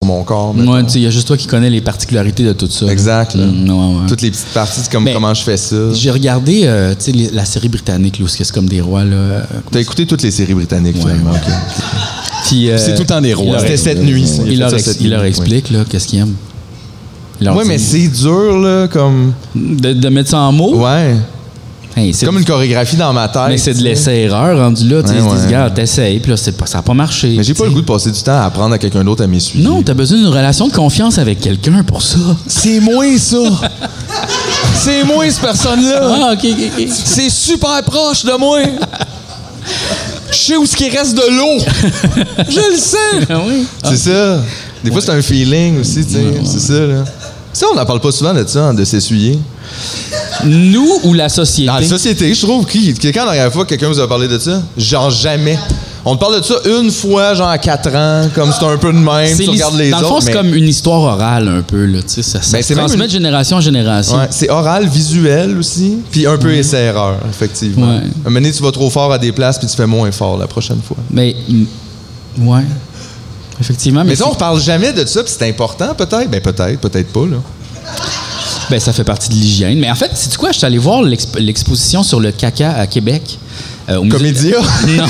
mon corps. Ouais, tu sais, il y a juste toi qui connais les particularités de tout ça. Exact. Là. Ouais. Toutes les petites parties, c'est comme comment je fais ça. J'ai regardé tu sais, la série britannique, là, où c'est comme des rois. Là. T'as écouté toutes les séries britanniques, finalement. Okay. Puis, c'est tout le temps des rois. C'était cette nuit. Il leur explique là, qu'est-ce qu'ils aiment. Oui, mais c'est dur, là, comme... De mettre ça en mots? Ouais. Hey, c'est comme une chorégraphie dans ma tête. Mais c'est de l'essai-erreur rendu là. Ils se disent, regarde, t'essayes, puis là, ça n'a pas marché. Mais j'ai pas le goût de passer du temps à apprendre à quelqu'un d'autre à m'essuyer. Non, t'as besoin d'une relation de confiance avec quelqu'un pour ça. C'est moi, ça! C'est moi, cette personne-là! Ah, OK. C'est super proche de moi! Je sais où ce qui reste de l'eau! Je le sais! Ah oui. C'est ça. Des fois, c'est un feeling aussi, tu sais. C'est ça, là. Ça, on n'en parle pas souvent de ça, de s'essuyer. Nous ou la société? Dans la société, je trouve. Quand la dernière fois quelqu'un vous a parlé de ça? Genre jamais. On te parle de ça une fois, genre à 4 ans, comme c'est un peu de même, tu regardes les autres. Dans le fond, c'est comme une histoire orale un peu, là. Tu sais, ça se transmet de génération en génération. Ouais, c'est oral, visuel aussi, puis un peu essai-erreur, effectivement. Ouais. Un moment donné, tu vas trop fort à des places, puis tu fais moins fort la prochaine fois. Mais, ouais. Effectivement. Mais ça, on parle jamais de ça, puis c'est important, peut-être? Ben peut-être pas, là. Ben, ça fait partie de l'hygiène. Mais en fait, sais-tu quoi? Je suis allé voir l'exposition sur le caca à Québec. Comédia? Non.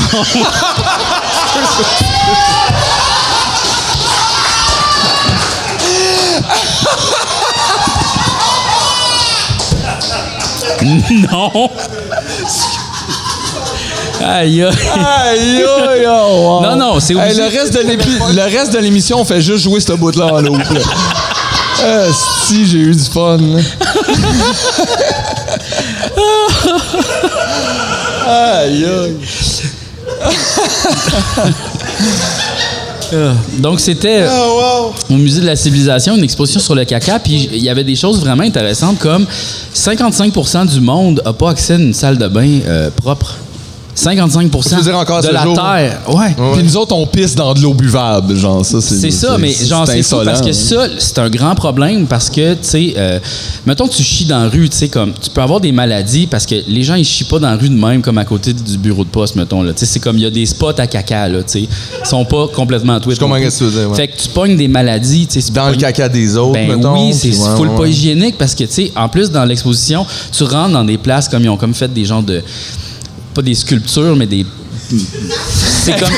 Non. Aïe, wow. Non, c'est obligé. Le reste de l'émission, on fait juste jouer ce bout-là en loop. Si, j'ai eu du fun. Aïe. Donc, c'était au Musée de la Civilisation, une exposition sur le caca, puis il y avait des choses vraiment intéressantes comme 55% du monde n'a pas accès à une salle de bain propre. 55% de la Terre. Ouais. Puis nous autres, on pisse dans de l'eau buvable. Genre, ça, c'est ça, mais genre, c'est fou parce que ça, c'est un grand problème parce que, tu sais, mettons que tu chies dans la rue, tu sais, comme, tu peux avoir des maladies parce que les gens, ils chient pas dans la rue de même comme à côté du bureau de poste, mettons, là. Tu sais, c'est comme, il y a des spots à caca, là, tu sais. Ils sont pas complètement tweets. Je comprends ce que tu veux dire, ouais. Fait que tu pognes des maladies, tu sais. Dans le caca des autres, mettons. Oui, c'est full pas hygiénique parce que, tu sais, en plus, dans l'exposition, tu rentres dans des places comme ils ont comme fait des genres de. Pas des sculptures, mais des. C'est comme.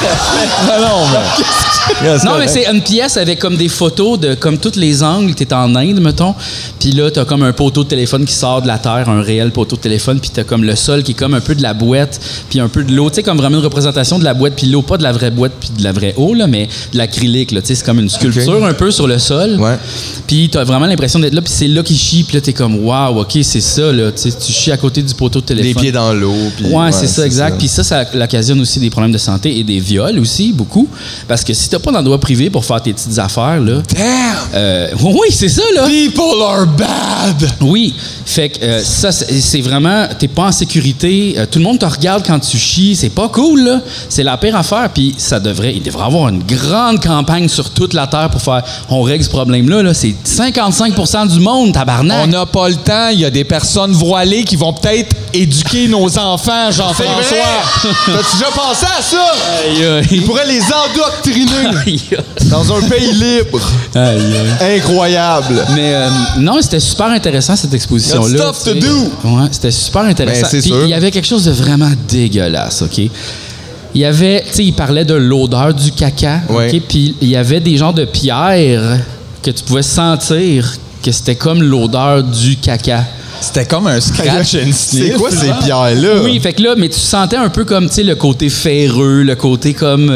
Non, mais c'est une pièce avec comme des photos de comme tous les angles. T'es en Inde, mettons. Puis là, t'as comme un poteau de téléphone qui sort de la terre, un réel poteau de téléphone. Puis t'as comme le sol qui est comme un peu de la boîte, puis un peu de l'eau. Tu sais, comme vraiment une représentation de la boîte, puis l'eau. Pas de la vraie boîte, puis de la vraie eau, là, mais de l'acrylique, là. Tu sais, c'est comme une sculpture un peu sur le sol. Ouais. Puis t'as vraiment l'impression d'être là, puis c'est là qu'il chie. Puis là, t'es comme, waouh, OK, c'est ça, là. Tu sais, tu chies à côté du poteau de téléphone. Les pieds dans l'eau. Ouais, c'est ça, exact. Puis ça occasionne aussi des problèmes de santé et des viols aussi, beaucoup. Parce que si t'as pas d'endroit privé pour faire tes petites affaires, là... Damn! Oui, c'est ça, là! People are bad! Oui. Fait que ça, c'est vraiment... T'es pas en sécurité. Tout le monde te regarde quand tu chies. C'est pas cool, là. C'est la pire affaire. Puis il devrait avoir une grande campagne sur toute la Terre pour faire... On règle ce problème-là, là. C'est 55% du monde, tabarnak! On n'a pas le temps. Il y a des personnes voilées qui vont peut-être éduquer nos enfants, Jean-François. T'as-tu déjà pensé à ça? Aïe, aïe. Ils pourraient les endoctriner Aïe, aïe. dans un pays libre. Aïe, aïe. Incroyable. Mais non, c'était super intéressant cette exposition-là. Stuff to do. Ouais, c'était super intéressant. Ben, Puis il y avait quelque chose de vraiment dégueulasse, OK? Il y avait, tu sais, il parlait de l'odeur du caca, ouais. OK? Puis il y avait des genres de pierres que tu pouvais sentir que c'était comme l'odeur du caca. C'était comme un scratch and sniff. C'est quoi ces pierres-là? Oui, fait que là, mais tu sentais un peu comme, tu sais, le côté ferreux, le côté comme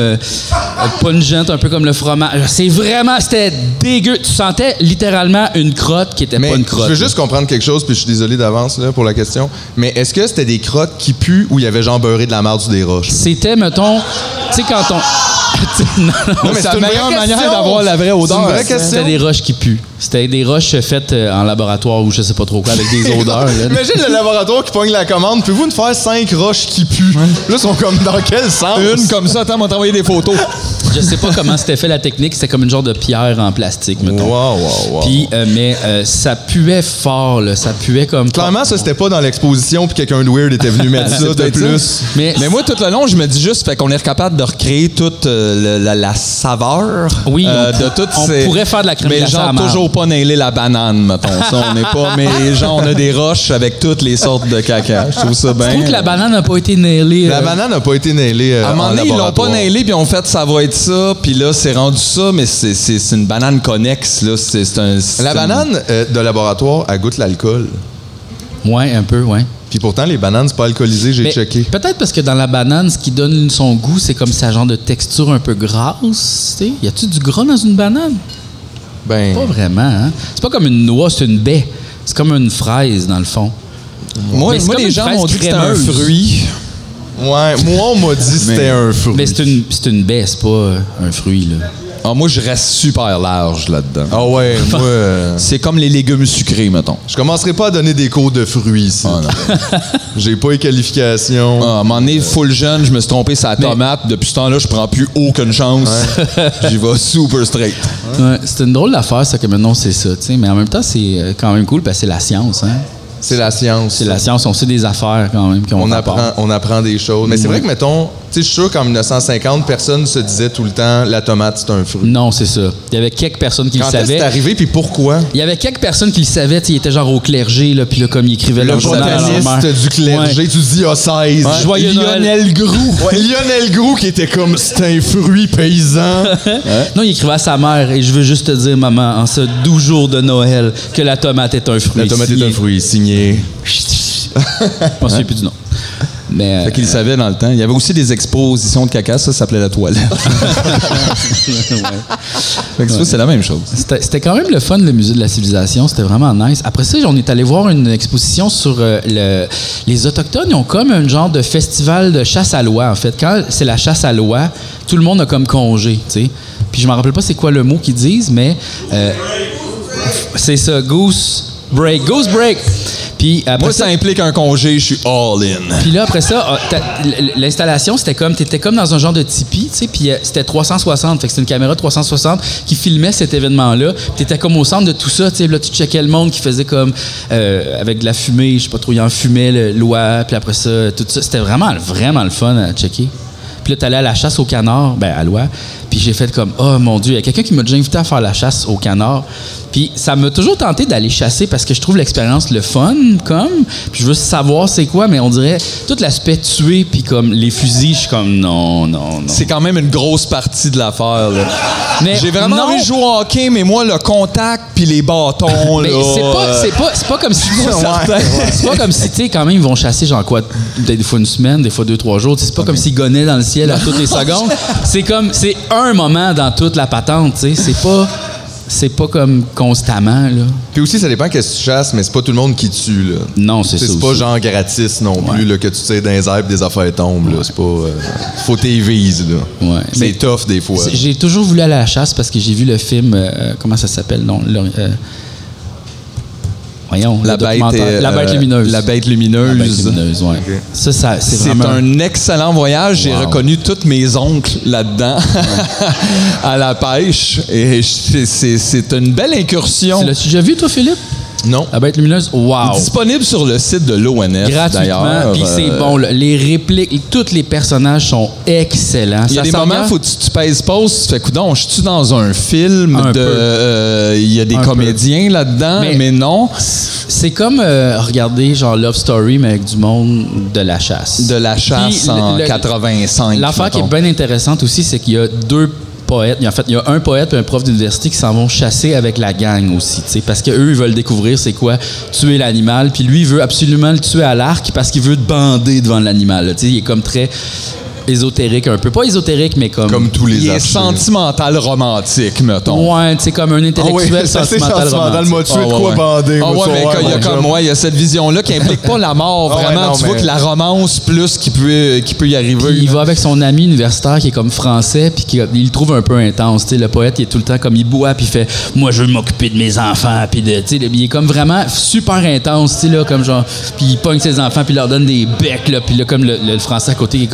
pungent, un peu comme le fromage. C'était dégueu. Tu sentais littéralement une crotte qui était pas une crotte. Je veux juste comprendre quelque chose, puis je suis désolé d'avance là, pour la question. Mais est-ce que c'était des crottes qui puent ou il y avait genre beurré de la marde sur des roches? C'était, mettons, tu sais, quand on... non, mais c'est la meilleure manière d'avoir la vraie odeur. C'est une vraie question. C'était des roches qui puent. C'était des roches faites en laboratoire ou je sais pas trop quoi, avec des odeurs. Là. Imagine le laboratoire qui pogne la commande. Pouvez-vous nous faire 5 roches qui puent? Là, ils sont comme dans quel sens? Une comme ça, attends, on va t'envoyer des photos. Je sais pas comment c'était fait la technique. C'était comme une genre de pierre en plastique, mettons. Wow. Puis, mais ça puait fort, là. Ça puait comme... Clairement, ça, c'était pas dans l'exposition, puis quelqu'un de weird était venu mettre ça de plus. Mais moi, tout le long, je me dis juste, fait qu'on est capable de recréer toute la saveur. Oui, on pourrait faire de la crème mais glacée à genre, marde. toujours pas nailer la banane, mettons. Ça, on n'est pas... Mais genre, on a des roches avec toutes les sortes de caca. Je trouve ça bien... Je trouve que la banane n'a pas été nailée. La banane n'a pas été nailée à un moment donné, ils l'ont pas nailé, puis on fait ça va être ça, puis là, c'est rendu ça, mais c'est une banane connexe, là. La banane de laboratoire, elle goûte l'alcool. Ouais, un peu, ouais. Puis pourtant, les bananes, c'est pas alcoolisé, j'ai checké. Peut-être parce que dans la banane, ce qui donne son goût, c'est comme sa genre de texture un peu grasse. T'sais. Y a-tu du gras dans une banane? Ben... Pas vraiment, hein? C'est pas comme une noix, c'est une baie. C'est comme une fraise, dans le fond. Moi les gens m'ont dit que c'était un fruit. Ouais, moi, on m'a dit que c'était un fruit. Mais c'est une baie, c'est pas un fruit, là. Ah, moi, je reste super large là-dedans. Ah ouais, moi... C'est comme les légumes sucrés, mettons. Je commencerai pas à donner des cours de fruits ici. Ah, non. J'ai pas les qualifications. À un moment donné, full jeune, je me suis trompé sur la tomate. Depuis ce temps-là, je prends plus aucune chance. Ouais. J'y vais super straight. Ouais, c'est une drôle d'affaire, ça, que maintenant, c'est ça, tu sais. Mais en même temps, c'est quand même cool parce que c'est la science, hein. C'est la science. C'est la science. On sait des affaires quand même. On apprend des choses. Mais c'est vrai que, mettons, tu sais, je suis sûr qu'en 1950, personne se disait tout le temps la tomate, c'est un fruit. Non, c'est ça. Il y avait quelques personnes qui le savaient. Quand est-ce que c'est arrivé, puis pourquoi? Il y avait quelques personnes qui le savaient. Ils étaient genre au clergé, là, puis là, comme ils écrivaient le leur journal à leur mère. botaniste du clergé, Ouais. tu diocèse. Ouais. Joyeux Lionel Groux. Ouais, Lionel Groux qui était comme, c'est un fruit paysan. Non, il écrivait à sa mère, et je veux juste te dire, maman, en ce 12 jours de Noël, que la tomate est un fruit. La tomate est un fruit, signé. Je m'en souviens plus du nom. Mais, Fait qu'il le savait dans le temps. Il y avait aussi des expositions de caca, ça s'appelait la toilette. Fait que c'est la même chose. C'était quand même le fun, le musée de la civilisation. C'était vraiment nice. Après ça, on est allé voir une exposition sur les Autochtones. Ils ont comme un genre de festival de chasse à l'oie, en fait. Quand c'est la chasse à l'oie, tout le monde a comme congé, tu sais. Puis je me rappelle pas c'est quoi le mot qu'ils disent, mais c'est ça, goose break. Puis après moi, ça implique un congé, je suis all in. Puis là, après ça, l'installation, t'étais comme dans un genre de tipi, tu sais, puis c'était 360, fait que c'était une caméra 360 qui filmait cet événement-là. Puis t'étais comme au centre de tout ça, tu sais, là, tu checkais le monde qui faisait comme, avec de la fumée, je sais pas trop, il en fumait l'oie, puis après ça, tout ça. C'était vraiment le fun à checker. Puis là, t'allais à la chasse au canard, à l'oie. Puis j'ai fait comme, oh mon Dieu, il y a quelqu'un qui m'a déjà invité à faire la chasse au canard. Puis ça m'a toujours tenté d'aller chasser parce que je trouve l'expérience le fun, comme. Puis je veux savoir c'est quoi, mais on dirait tout l'aspect tué, puis comme les fusils, je suis comme, non. C'est quand même une grosse partie de l'affaire, là. Mais j'ai vraiment envie de jouer au hockey, mais moi, le contact puis les bâtons, mais là... c'est pas comme si... C'est pas comme si, tu sais, quand même, ils vont chasser genre quoi, des fois une semaine, des fois 2-3 jours. C'est pas comme s'ils gonnaient dans le ciel à toutes les secondes. C'est un moment dans toute la patente, tu sais. C'est pas comme constamment, là. Puis aussi, ça dépend qu'est-ce que tu chasses, mais c'est pas tout le monde qui tue, là. Non, c'est ça. C'est pas genre gratis non plus, là, que tu tires dans les herbes, des affaires tombent, là. C'est pas... faut t'y vises, là. Ouais. C'est tough, des fois. J'ai toujours voulu aller à la chasse parce que j'ai vu le film... comment ça s'appelle? Non, voyons, la bête lumineuse. La bête lumineuse. La bête lumineuse, ouais. Okay. Ça, c'est vraiment... un excellent voyage. J'ai reconnu tous mes oncles là-dedans à la pêche. Et c'est une belle incursion. Tu l'as-tu déjà vu, toi, Philippe? Non. La bête lumineuse, wow! Disponible sur le site de l'ONF, gratuitement. Puis c'est bon, là, les répliques, tous les personnages sont excellents. Il y a des moments où tu pèses pause, tu fais coudonc, je suis dans un film il y a des comédiens là-dedans, mais non. C'est comme regarder genre Love Story, mais avec du monde de la chasse. De la chasse puis, en 85. L'affaire qui est bien intéressante aussi, c'est qu'il y a deux poètes. En fait, il y a un poète et un prof d'université qui s'en vont chasser avec la gang aussi, tu sais, parce qu'eux, ils veulent découvrir c'est quoi tuer l'animal, puis lui, il veut absolument le tuer à l'arc parce qu'il veut te bander devant l'animal, tu sais, il est comme très ésotérique un peu. Pas ésotérique, mais comme tous les il est sentimental romantique, mettons. Ouais, tu sais, comme un intellectuel sentimental romantique. M'a tué de quoi bander. Il y a cette vision-là qui implique pas la mort, vraiment. Tu vois que la romance plus qui peut y arriver. Puis il va avec son ami universitaire qui est comme français, puis il le trouve un peu intense. Tu sais, le poète, il est tout le temps comme il boit, puis il fait « Moi, je veux m'occuper de mes enfants. » Puis il est comme vraiment super intense, tu sais, là, comme genre... Puis il pogne ses enfants, puis il leur donne des becs, là. Puis là, comme le français à côté, il est comme « Ouais. »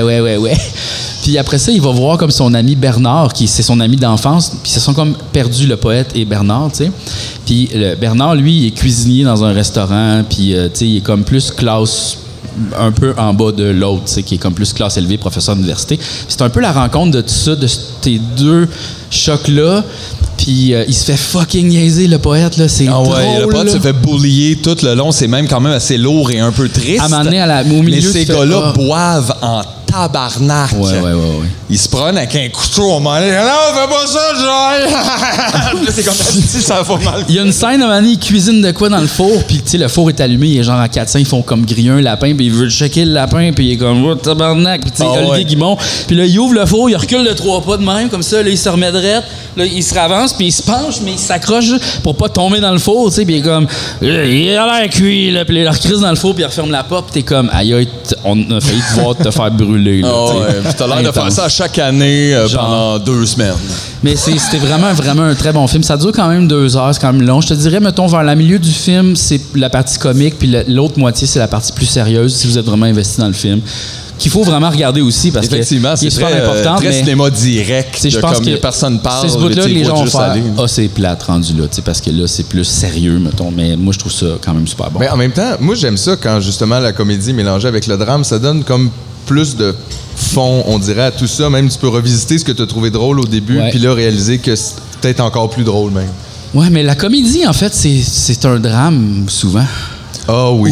Ouais. Puis après ça, il va voir comme son ami Bernard, c'est son ami d'enfance, puis ils se sont comme perdus, le poète et Bernard, tu sais. Puis Bernard, lui, il est cuisinier dans un restaurant, puis tu sais, il est comme plus classe un peu en bas de l'autre, tu sais, qui est comme plus classe élevée, professeur d'université. Puis c'est un peu la rencontre de tout ça, de ces deux chocs-là. Puis il se fait fucking niaiser, le poète, là. C'est drôle, le poète là. se fait bullier tout le long. C'est même quand même assez lourd et un peu triste. À m'amener au milieu. Mais ces gars-là boivent en tabarnak. Ouais. Ils se prennent avec un couteau au moment donné. Non, fais pas ça, genre! C'est comme si ça va mal. Il y a une scène, à un moment donné, ils cuisinent de quoi dans le four, puis tu sais, le four est allumé, il est genre à 400, ils font comme griller un lapin, puis il veut checker le lapin, puis il est comme, oh, tabarnak, puis tu sais, Olivier Guimond, puis là, il ouvre le four, il recule de 3 pas de même, comme ça, là, il se remet drette, là, il se ravance, puis il se penche, mais il s'accroche pour pas tomber dans le four, tu sais, puis il est comme, il a l'air cuit, là, puis il recrise dans le four, puis il referme la porte, puis t'es comme, aïe, on a failli te voir te faire brûler, là. Puis t'as l'air de faire ça chaque année pendant 2 semaines. Mais c'était vraiment un très bon film. Ça dure quand même 2 heures, c'est quand même long. Je te dirais, mettons, vers le milieu du film, c'est la partie comique, puis l'autre moitié, c'est la partie plus sérieuse, si vous êtes vraiment investi dans le film. Qu'il faut vraiment regarder aussi, parce que c'est super important. Très mais cinéma direct, je pense que personne parle. C'est ce bout-là que les gens vont faire. C'est plate rendu là, parce que là, c'est plus sérieux, mettons. Mais moi, je trouve ça quand même super bon. Mais en même temps, moi, j'aime ça quand, justement, la comédie mélangée avec le drame, ça donne comme plus de fond, on dirait, à tout ça. Même tu peux revisiter ce que tu as trouvé drôle au début, puis là, réaliser que c'est peut-être encore plus drôle, même. Ouais, mais la comédie, en fait, c'est un drame, souvent. Ah oui.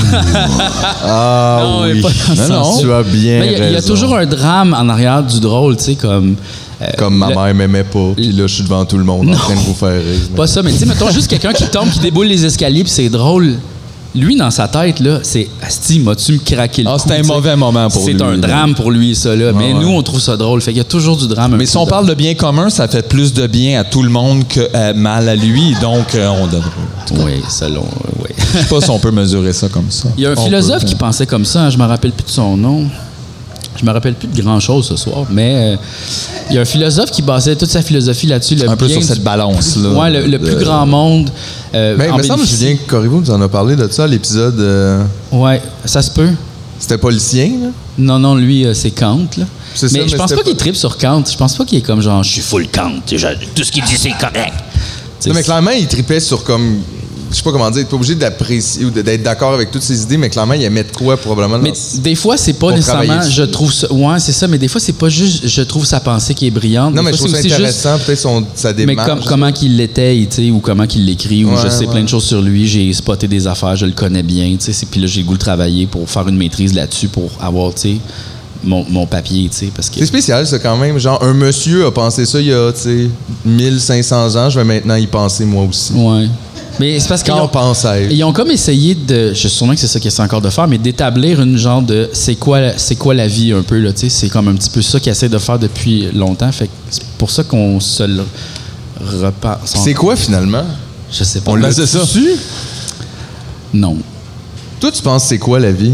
Non, oui. pas dans ce sens. Tu as bien raison. Il y a toujours un drame en arrière du drôle, tu sais, comme... Comme ma mère m'aimait pas, puis là, je suis devant tout le monde en train de vous faire rire. Pas ça, mais tu sais, mettons juste quelqu'un qui tombe, qui déboule les escaliers, puis c'est drôle. Lui, dans sa tête, là, c'est « Asti, m'as-tu me craqué le cou? » c'est un mauvais moment pour lui. C'est un drame pour lui, ça, là. Mais nous, on trouve ça drôle. Fait qu'il y a toujours du drame. Mais si on parle de bien commun, ça fait plus de bien à tout le monde que mal à lui. Donc, on devrait... Oui, selon... oui. Je sais pas si on peut mesurer ça comme ça. Il y a un philosophe qui pensait comme ça. Hein, je me rappelle plus de son nom. Je me rappelle plus de grand-chose ce soir, mais il y a un philosophe qui basait toute sa philosophie là-dessus. Un peu sur cette balance-là. Oui, le plus grand monde. Mais il me semble, Julien Corriveau nous en a parlé de ça à l'épisode... Oui, ça se peut. C'était pas le sien, là? Non, lui, c'est Kant, là. Mais je pense pas qu'il trippe sur Kant. Je pense pas qu'il est comme genre, je suis full Kant. Tout ce qu'il dit, c'est correct. Non, mais clairement, il tripait sur comme... Je sais pas comment dire, il est pas obligé d'apprécier ou d'être d'accord avec toutes ses idées, mais clairement, il aimait de quoi probablement. Mais des fois, c'est pas nécessairement, je trouve ça. Ouais, c'est ça, mais des fois, c'est pas juste, je trouve sa pensée qui est brillante. Non, mais je trouve ça intéressant, peut-être sa démarche. Mais comment qu'il l'étaye, tu sais, ou comment qu'il l'écrit, ou je sais plein de choses sur lui, j'ai spoté des affaires, je le connais bien, tu sais, puis là, j'ai le goût de travailler pour faire une maîtrise là-dessus, pour avoir, tu sais, mon papier, tu sais, parce que... C'est spécial, ça, quand même. Genre, un monsieur a pensé ça il y a, tu sais, 1500 ans, je vais maintenant y penser, moi aussi. Ouais. Mais c'est parce qu'ils ont comme essayé de, je suis sûrement que c'est ça qu'ils essaient encore de faire, mais d'établir une genre de c'est quoi la vie un peu là, tu sais, c'est comme un petit peu ça qu'ils essaient de faire depuis longtemps, fait que c'est pour ça qu'on se le repasse. C'est quoi finalement? Je sais pas. On l'a su? Non. Toi, tu penses c'est quoi la vie?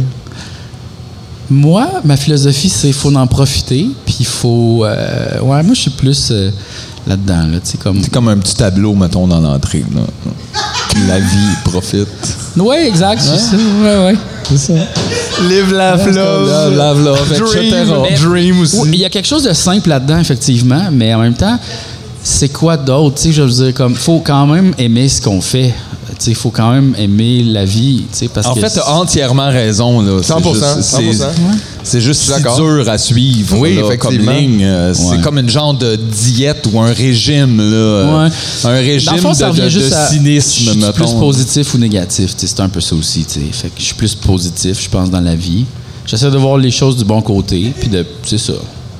Moi, ma philosophie, c'est qu'il faut en profiter, puis il faut... moi, je suis plus là-dedans, là, tu sais, comme... C'est comme un petit tableau, mettons, dans l'entrée, là. La vie profite. Oui, exact, c'est ça. Ouais. C'est ça. Live, laugh, love, etc. Dream aussi. Il y a quelque chose de simple là-dedans, effectivement, mais en même temps, c'est quoi d'autre? Tu sais, je veux dire, comme, faut quand même aimer ce qu'on fait. Il faut quand même aimer la vie. Parce en fait, tu as entièrement raison. Là. 100%. C'est juste si dur à suivre. Oui, là, effectivement. Comme ligne. C'est comme une genre de diète ou un régime. Là. Un régime de cynisme. Je suis plus positif ou négatif. C'est un peu ça aussi. Fait que je suis plus positif, je pense, dans la vie. J'essaie de voir les choses du bon côté. Puis c'est ça.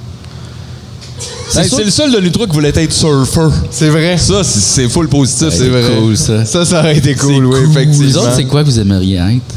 C'est le seul de l'utro qui voulait être surfer. C'est vrai. Ça, c'est full positif. C'est vrai. Cool, ça. Ça aurait été cool, oui, effectivement. Vous autres, c'est quoi que vous aimeriez être?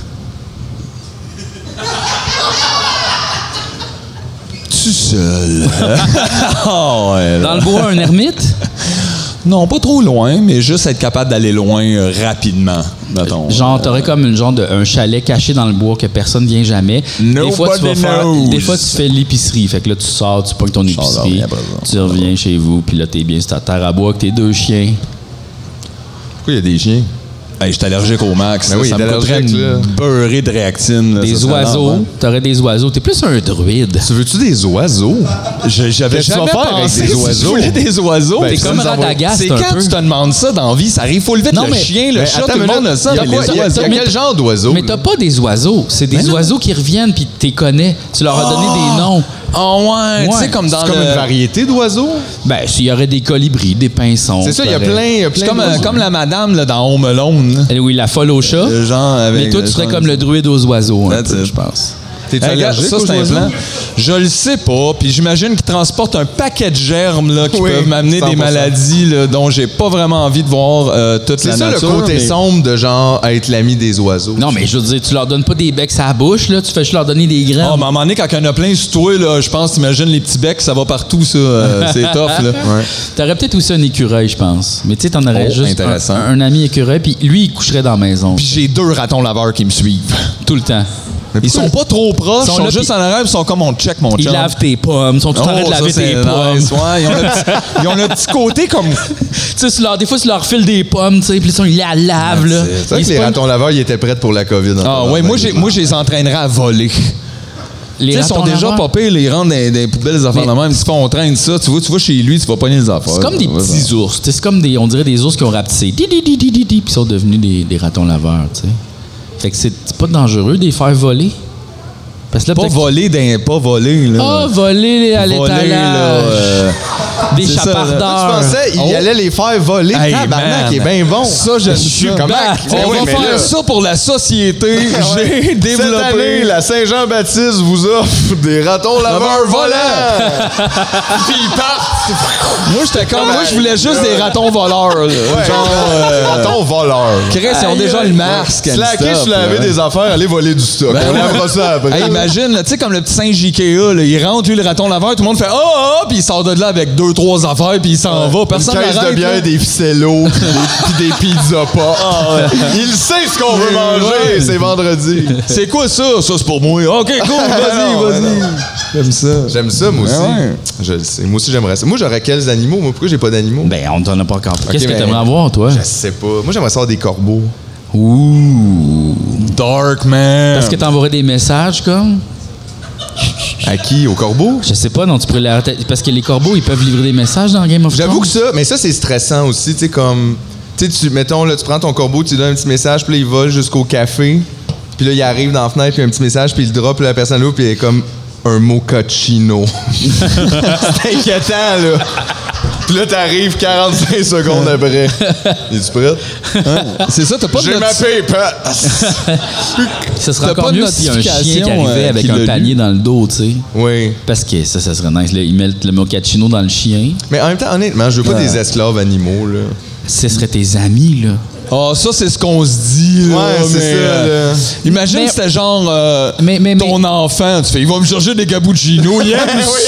Tu seul. Dans le bois, un ermite? Non, pas trop loin, mais juste être capable d'aller loin rapidement, mettons. Genre, t'aurais comme un chalet caché dans le bois que personne vient jamais. Des fois, tu fais l'épicerie. Fait que là, tu sors, tu pognes ton épicerie, tu reviens chez vous, puis là, t'es bien sur ta terre à bois avec tes 2 chiens. Pourquoi il y a des chiens? Hey, je suis allergique au max. Ben oui, ça me coûterait une beurrée de réactine. Là, des oiseaux. T'aurais des oiseaux. T'es plus un druide. Tu veux-tu des oiseaux? J'avais jamais pensé des oiseaux. Si je voulais des oiseaux. T'es comme Radagast. C'est quand tu te demandes ça dans la vie, ça arrive. Faut le vite, le chien, le chat, tout le monde a ça. Il y a quel genre d'oiseaux? Mais t'as pas des oiseaux. C'est des oiseaux qui reviennent puis t'es connais. Tu leur as donné des noms. Oh ouais. Tu sais, comme dans une variété d'oiseaux? Ben, s'il y aurait des colibris, des pinsons. C'est ça, il y a plein C'est comme la madame là, dans Home Alone. Oui, la folle au chat. Mais toi, tu serais comme le druide aux oiseaux, un peu, je pense. T'es-tu allergique ça, c'est un plan. Je le sais pas, puis j'imagine qu'ils transportent un paquet de germes là, qui peuvent m'amener 100%. des maladies là, dont j'ai pas vraiment envie de voir toute la nature. C'est ça le côté sombre de genre être l'ami des oiseaux. Non, mais je veux dire, tu leur donnes pas des becs à la bouche, là, tu fais juste leur donner des graines. Ah, mais à un moment donné, quand il y en a plein sur toi, là, je pense, t'imagines les petits becs, ça va partout, ça. C'est tough, là. Ouais. T'aurais peut-être aussi un écureuil, je pense. Mais tu sais, t'en aurais juste un ami écureuil, puis lui, il coucherait dans la maison. Puis j'ai 2 ratons laveurs qui me suivent. Tout le temps. Ils sont pas trop proches, ils sont juste en arrière, ils sont comme on check mon chum. Ils lavent tes pommes, ils sont tout en train de laver tes pommes. Nice. Ouais, ils ont le petit côté comme. Tu sais, des fois, tu leur files des pommes, tu sais, puis ils la lavent, là. C'est vrai que les ratons laveurs, ils étaient prêts pour la COVID. Ah ouais, moi, je les entraînerais à voler. Ils sont déjà pas pires, ils rentrent dans des poubelles, des affaires de même. Ils se font, on traîne ça. Tu vas chez lui, tu vas pogner les affaires. C'est comme des petits ours. C'est comme on dirait des ours qui ont rapetissé. Puis ils sont devenus des ratons laveurs, tu sais. Fait que c'est pas dangereux de les faire voler. Parce que là, pas voler, là. Ah, voler à l'étalage. Des chapardeurs. Tu pensais qu'il allait les faire voler. Tabarnak, qui est bien bon. Ça, je suis comment? On va faire ça pour la société. J'ai développé. Cette année, la Saint-Jean-Baptiste vous offre des ratons laveurs volants. Puis ils partent. Moi, j'étais comme. Moi, je voulais juste des ratons voleurs. Ratons voleurs. Chris, ils ont déjà le masque. Slacker, je laver des affaires, aller voler du stock. On lavera ça après. Imagine, tu sais, comme le petit singe Ikea, là, il rentre, lui, le raton laveur, tout le monde fait puis il sort de là avec 2-3 affaires, puis il s'en va. Personne n'arrête. Une caisse de bière, des ficellos, puis des pizza pas. Il sait ce qu'on veut manger, c'est vendredi. C'est quoi ça? Ça, c'est pour moi. OK, cool, vas-y. J'aime ça. J'aime ça, moi aussi. Ouais. Je le sais. Moi aussi, j'aimerais ça. Moi, j'aurais quels animaux? Moi, pourquoi j'ai pas d'animaux? Ben, on t'en a pas encore. Qu'est-ce que t'aimerais avoir, toi? Je sais pas. Moi, j'aimerais savoir des corbeaux. Ouh. Dark, man. Est-ce que t'enverrais des messages, comme? À qui? Aux corbeaux? Je sais pas, non, tu pourrais l'arrêter. Parce que les corbeaux, ils peuvent livrer des messages dans Game of Thrones. J'avoue que ça, mais ça, c'est stressant aussi, tu sais, comme... Tu sais, mettons, là, tu prends ton corbeau, tu lui donnes un petit message, puis là, il vole jusqu'au café, puis là, il arrive dans la fenêtre, puis un petit message, puis il le drop, puis la personne là, puis il est comme un mochaccino. C'est inquiétant, là. Puis là, t'arrives 45 secondes après. Es-tu prête? Hein? C'est ça, t'as pas de J'ai ma pape! Ça serait encore mieux s'il y a un chien qui arrivait avec un panier dans le dos, tu sais. Oui. Parce que ça serait nice. Là, ils mettent le mochaccino dans le chien. Mais en même temps, honnêtement, je veux pas des esclaves animaux, là. Ce serait tes amis, là. Ah, ça, c'est ce qu'on se dit, là. Ouais, c'est ça, là. Imagine si c'était genre ton enfant. Tu fais, il va me chercher des cappuccinos. Il aime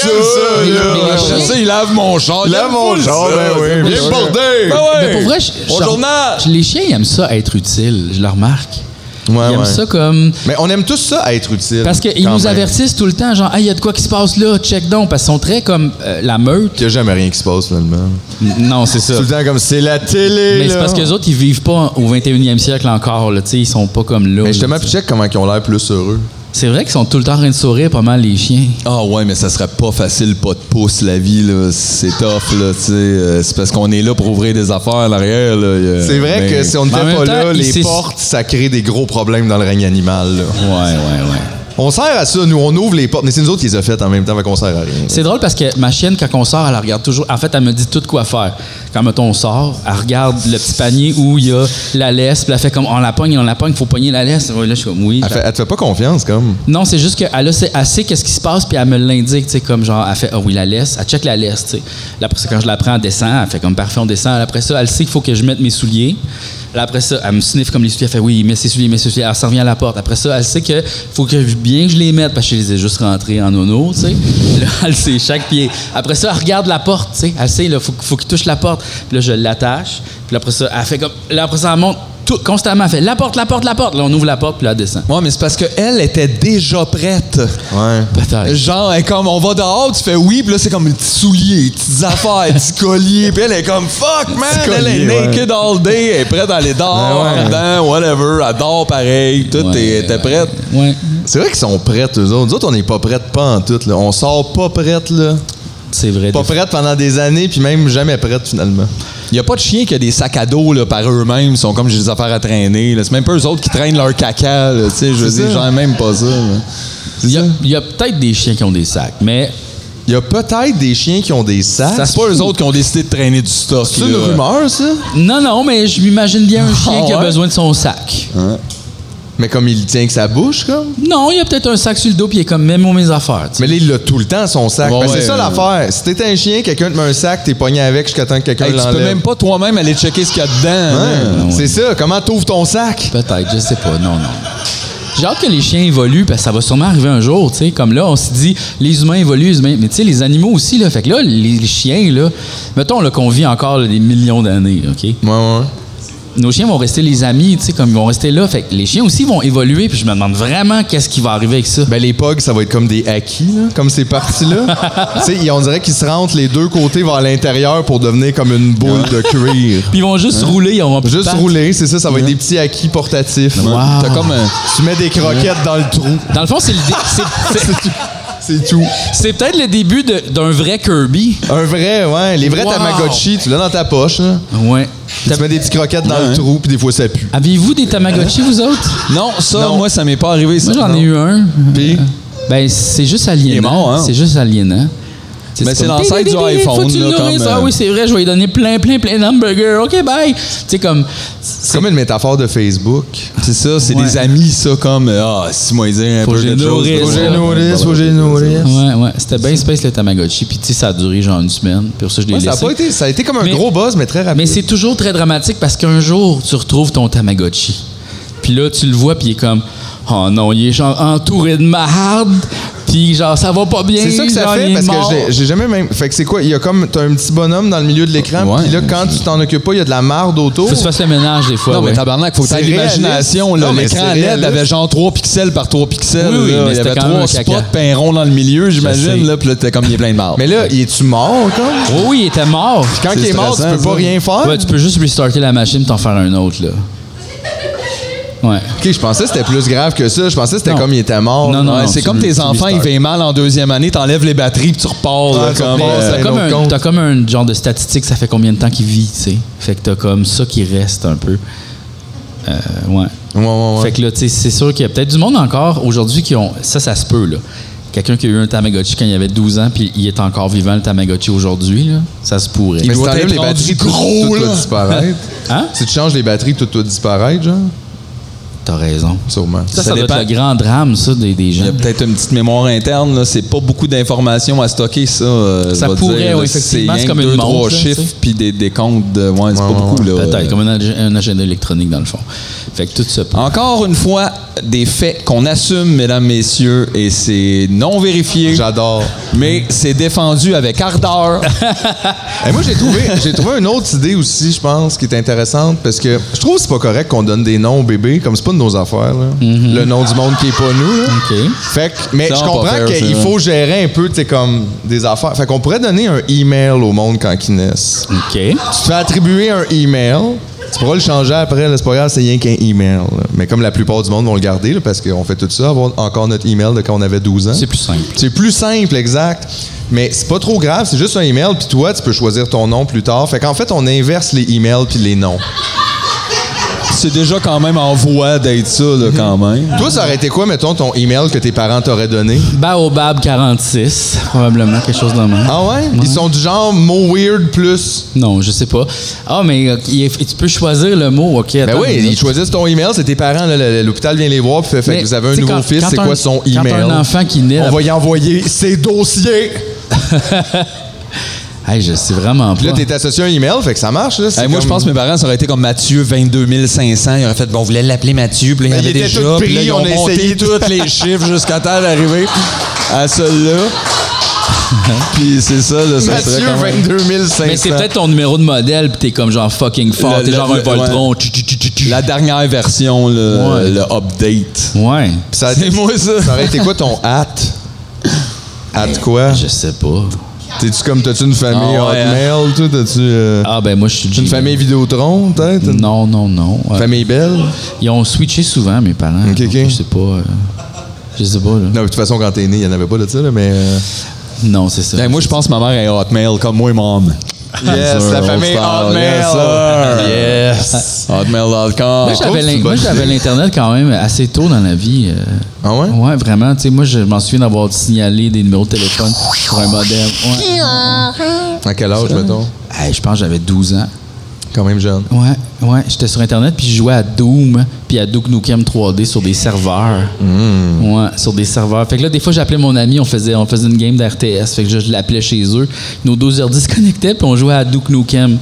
ça, là. Il lave mon char. Il lave mon char, ben oui. Viens me border. Mais pour vrai, bonjour, les chiens, ils aiment ça être utiles. Je le remarque. Ils aiment ça comme... Mais on aime tous ça être utile. Parce qu'ils nous avertissent tout le temps, genre, il y a de quoi qui se passe là, check donc. Parce qu'ils sont très comme la meute. Il n'y a jamais rien qui se passe, finalement. Non, c'est ça. Tout le temps comme c'est la télé. Mais c'est parce qu'eux autres, ils vivent pas au 21e siècle encore, là. Tu sais, ils sont pas comme là. Mais justement, puis check comment ils ont l'air plus heureux. C'est vrai qu'ils sont tout le temps en train de sourire pas mal, les chiens. Ah ouais, mais ça serait pas facile, pas de pouce, la vie, là. C'est tough, là, tu sais. C'est parce qu'on est là pour ouvrir des affaires à l'arrière, là. C'est vrai que si on n'était pas là, les portes, ça crée des gros problèmes dans le règne animal, là. Ouais. On sert à ça, nous, on ouvre les portes. Mais c'est nous autres qui les a faites en même temps, fait qu'on sert à rien. C'est drôle parce que ma chienne, quand on sort, elle regarde toujours. En fait, elle me dit tout quoi faire. Quand, mettons, on sort, elle regarde le petit panier où il y a la laisse, puis elle fait comme on la pogne, il faut pogner la laisse. Là, je suis comme oui. Elle te fait pas confiance, comme. Non, c'est juste qu'elle sait qu'est-ce qui se passe, puis elle me l'indique, tu sais, comme genre, elle fait, oui, la laisse, elle check la laisse, tu sais. Là, après ça, quand je la prends, elle descend, elle fait comme parfait, on descend. Après ça, elle sait qu'il faut que je mette mes souliers. Là, après ça, elle me sniffe comme les souliers. Elle fait oui, mets ses souliers. Elle s'en revient à la porte. Après ça, elle sait qu'il faut que bien que je les mette parce que je les ai juste rentrés en nono, tu sais. Là, elle sait chaque pied. Après ça, elle regarde la porte, tu sais. Elle sait, il faut qu'il touche la porte. porte. Puis là, je l'attache. Puis après ça, elle fait comme... Là, après ça, elle monte constamment. Elle fait la porte. Là, on ouvre la porte, puis là, elle descend. Ouais, mais c'est parce qu'elle était déjà prête. Ouais. Peut-être. Genre, elle est comme, on va dehors, tu fais oui, puis là, c'est comme des petits souliers, des petites affaires, des petits colliers, puis elle est comme, fuck, man, elle est naked all day, elle est prête à aller dehors, dedans, whatever, elle dort pareil, tout était prête. Ouais. C'est vrai qu'ils sont prêtes, eux autres. Nous autres, on n'est pas prêtes, pas en tout, là. On sort pas prêtes, là. C'est vrai. Pas prêtes pendant des années, puis même jamais prêtes, finalement. Il n'y a pas de chien qui a des sacs à dos là, par eux-mêmes, ils sont comme j'ai des affaires à traîner. Là. C'est même pas eux autres qui traînent leur caca. Là, je veux dire, j'en ai même pas ça. Il y a peut-être des chiens qui ont des sacs, mais... Il y a peut-être des chiens qui ont des sacs. C'est pas eux autres qui ont décidé de traîner du stock. C'est une rumeur, ça? Non, mais je m'imagine bien un chien qui a besoin de son sac. Hein? Mais comme il tient que sa bouche, comme? Non, il y a peut-être un sac sur le dos, puis il est comme, même mes affaires. T'sais. Mais là, il a tout le temps, son sac. Ouais, c'est ça l'affaire. Si t'es un chien, quelqu'un te met un sac, t'es pogné avec jusqu'à temps que quelqu'un l'enlève. Tu peux même pas toi-même aller checker ce qu'il y a dedans. Ouais. C'est ça. Comment t'ouvres ton sac? Peut-être, je sais pas. Non. J'ai hâte que les chiens évoluent, parce que ça va sûrement arriver un jour, tu sais. Comme là, on se dit, les humains évoluent, mais tu sais, les animaux aussi, là. Fait que là, les chiens, là, mettons là, qu'on vit encore là, des millions d'années, OK? Ouais. Nos chiens vont rester les amis, tu sais, comme ils vont rester là. Fait que les chiens aussi vont évoluer, puis je me demande vraiment qu'est-ce qui va arriver avec ça. Ben, les pugs, ça va être comme des acquis, là, comme ces parties-là. Tu sais, on dirait qu'ils se rentrent les deux côtés vers l'intérieur pour devenir comme une boule de cuir. Puis ils vont juste rouler, ils vont juste rouler, c'est ça, ça va être des petits acquis portatifs. Wow. T'as comme tu mets des croquettes dans le trou. Dans le fond, c'est C'est tout. C'est peut-être le début d'un vrai Kirby. Un vrai, ouais. Les vrais Tamagotchi, tu l'as dans ta poche, là. Ouais. Puis tu mets des petits croquettes dans le trou, puis des fois ça pue. Avez-vous des Tamagotchi, vous autres? Non, moi, ça m'est pas arrivé. Moi, j'en ai eu un. Puis? Ben, c'est juste aliénant. Il est mort, hein? C'est juste aliénant. Mais c'est l'ancêtre du iPhone. Là, comme, oui, c'est vrai, je vais lui donner plein d'hamburgers. OK, bye. Tu sais, comme... C'est comme une métaphore de Facebook. C'est ça, c'est des amis, ça, comme... si moi, dire un peu de choses. Faut que j'ai nourrisse. Ouais. C'était bien space, le Tamagotchi. Puis, tu sais, ça a duré genre une semaine. Puis pour ça, je l'ai laissé. Ça a été comme un gros buzz, mais très rapide. Mais c'est toujours très dramatique parce qu'un jour, tu retrouves ton Tamagotchi. Puis là, tu le vois, puis il est comme... Oh non, il est genre entouré de marde. Puis genre, ça va pas bien. C'est ça que ça fait, parce que j'ai jamais même... Fait que c'est quoi? Il y a comme... T'as un petit bonhomme dans le milieu de l'écran, puis là, quand tu t'en occupes pas, il y a de la marde autour. Faut que tu fasses le ménage des fois. Non, mais tabarnak, faut que t'aies l'imagination. L'écran LED avait genre 3 pixels par 3 pixels. Oui, mais il y avait 3 spots, puis un rond dans le milieu, j'imagine. Puis là, t'es comme, il est plein de marde. Mais là, il est-tu mort, comme? Oui, il était mort. Puis quand il est mort, tu peux pas rien faire? Ouais, tu peux juste restarter la machine et t'en faire un autre, là. Ouais. OK, je pensais que c'était plus grave que ça. Je pensais que c'était comme il était mort. Non, c'est comme tes enfants, ils vivent mal en deuxième année, t'enlèves les batteries puis tu repars. T'as comme un genre de statistique, ça fait combien de temps qu'il vit, tu sais. Fait que t'as comme ça qui reste un peu. Ouais. Fait que là, tu sais, c'est sûr qu'il y a peut-être du monde encore aujourd'hui qui ont... Ça se peut, là. Quelqu'un qui a eu un Tamagotchi quand il avait 12 ans puis il est encore vivant, le Tamagotchi, aujourd'hui, là, ça se pourrait. Mais si t'enlèves les batteries, tout doit disparaître. Hein? Si tu changes les batteries, tout doit disparaître, genre? T'as raison. Sûrement. Ça doit être le grand drame, ça, des gens. Il y a peut-être une petite mémoire interne, là. C'est pas beaucoup d'informations à stocker, ça. Ça pourrait, oui, effectivement. C'est comme une montre. 2-3 chiffres puis des comptes. Ouais, c'est pas beaucoup, là. Peut-être, comme un agenda électronique, dans le fond. Fait que tout ça. Encore une fois, des faits qu'on assume, mesdames, messieurs, et c'est non vérifié. J'adore. Mais c'est défendu avec ardeur. Et moi, j'ai trouvé une autre idée aussi, je pense, qui est intéressante, parce que je trouve que c'est pas correct qu'on donne des noms aux bébés, comme c'est pas de nos affaires, là. Le nom du monde qui est pas nous, là. OK. Fait que, mais je comprends qu'il faut gérer un peu, tu sais, comme des affaires. Fait qu'on pourrait donner un email au monde quand ils naissent. OK. Tu te fais attribuer un email. Tu pourras le changer après, là, c'est pas grave, c'est rien qu'un email. Là. Mais comme la plupart du monde vont le garder, là, parce qu'on fait tout ça, avoir encore notre email de quand on avait 12 ans. C'est plus simple. C'est plus simple, exact. Mais c'est pas trop grave, c'est juste un email, puis toi, tu peux choisir ton nom plus tard. Fait qu'en fait, on inverse les emails puis les noms. C'est déjà quand même en voie d'être ça, là, quand même. Toi, ça aurait été quoi, mettons, ton email que tes parents t'auraient donné? Baobab 46, probablement, quelque chose de même. Ah ouais? Ils sont du genre mot weird plus? Non, je sais pas. Ah, mais tu peux choisir le mot, OK. Ben oui, ils choisissent ton email, c'est tes parents, là, l'hôpital vient les voir, puis fait que vous avez un nouveau fils, c'est quoi son email? Quand un enfant qui naît... On va y envoyer ses dossiers! Hey, je sais vraiment pas. Puis là, t'es associé à un email, fait que ça marche. Là, moi, je pense que mes parents, ça aurait été comme Mathieu 22 500. Ils auraient fait, bon, on voulait l'appeler Mathieu, puis là, il y avait déjà. Puis là, ils ont monté tous les chiffres jusqu'à temps d'arriver à celui-là. Puis c'est ça, là, ça Mathieu, serait quand même... 22 500. Mais c'est peut-être ton numéro de modèle, puis t'es comme genre fucking fort. T'es genre un Voltron. La dernière version, le update. Ouais. C'est moi ça. Ça aurait été quoi ton hâte? Hâte quoi? Je sais pas. T'as-tu une famille Hotmail, toi? T'as-tu Ah, ben moi, je suis une famille Vidéotron, peut-être? Non. Famille belle? Ils ont switché souvent, mes parents. Ok. Donc, je sais pas. Je sais pas, là. Non, de toute façon, quand t'es né, il n'y en avait pas de ça, là, mais... Non, c'est ça. Ben, moi, je pense que ma mère est Hotmail, comme moi et mom. Yes, la famille Hotmail! Yes! Hotmail.com. Moi, j'avais l'Internet quand même assez tôt dans la vie. Ah ouais? Ouais, vraiment. Tu sais, moi, je m'en souviens d'avoir signalé des numéros de téléphone sur un modem. Ouais. À quel âge, mettons? Hey, je pense que j'avais 12 ans. Quand même jeune. Ouais. J'étais sur Internet, puis je jouais à Doom, puis à Duke Nukem 3D sur des serveurs. Ouais, sur des serveurs. Fait que là, des fois, j'appelais mon ami, on faisait une game d'RTS. Fait que je l'appelais chez eux. Nos 2 ordi se connectaient, puis on jouait à Duke Nukem.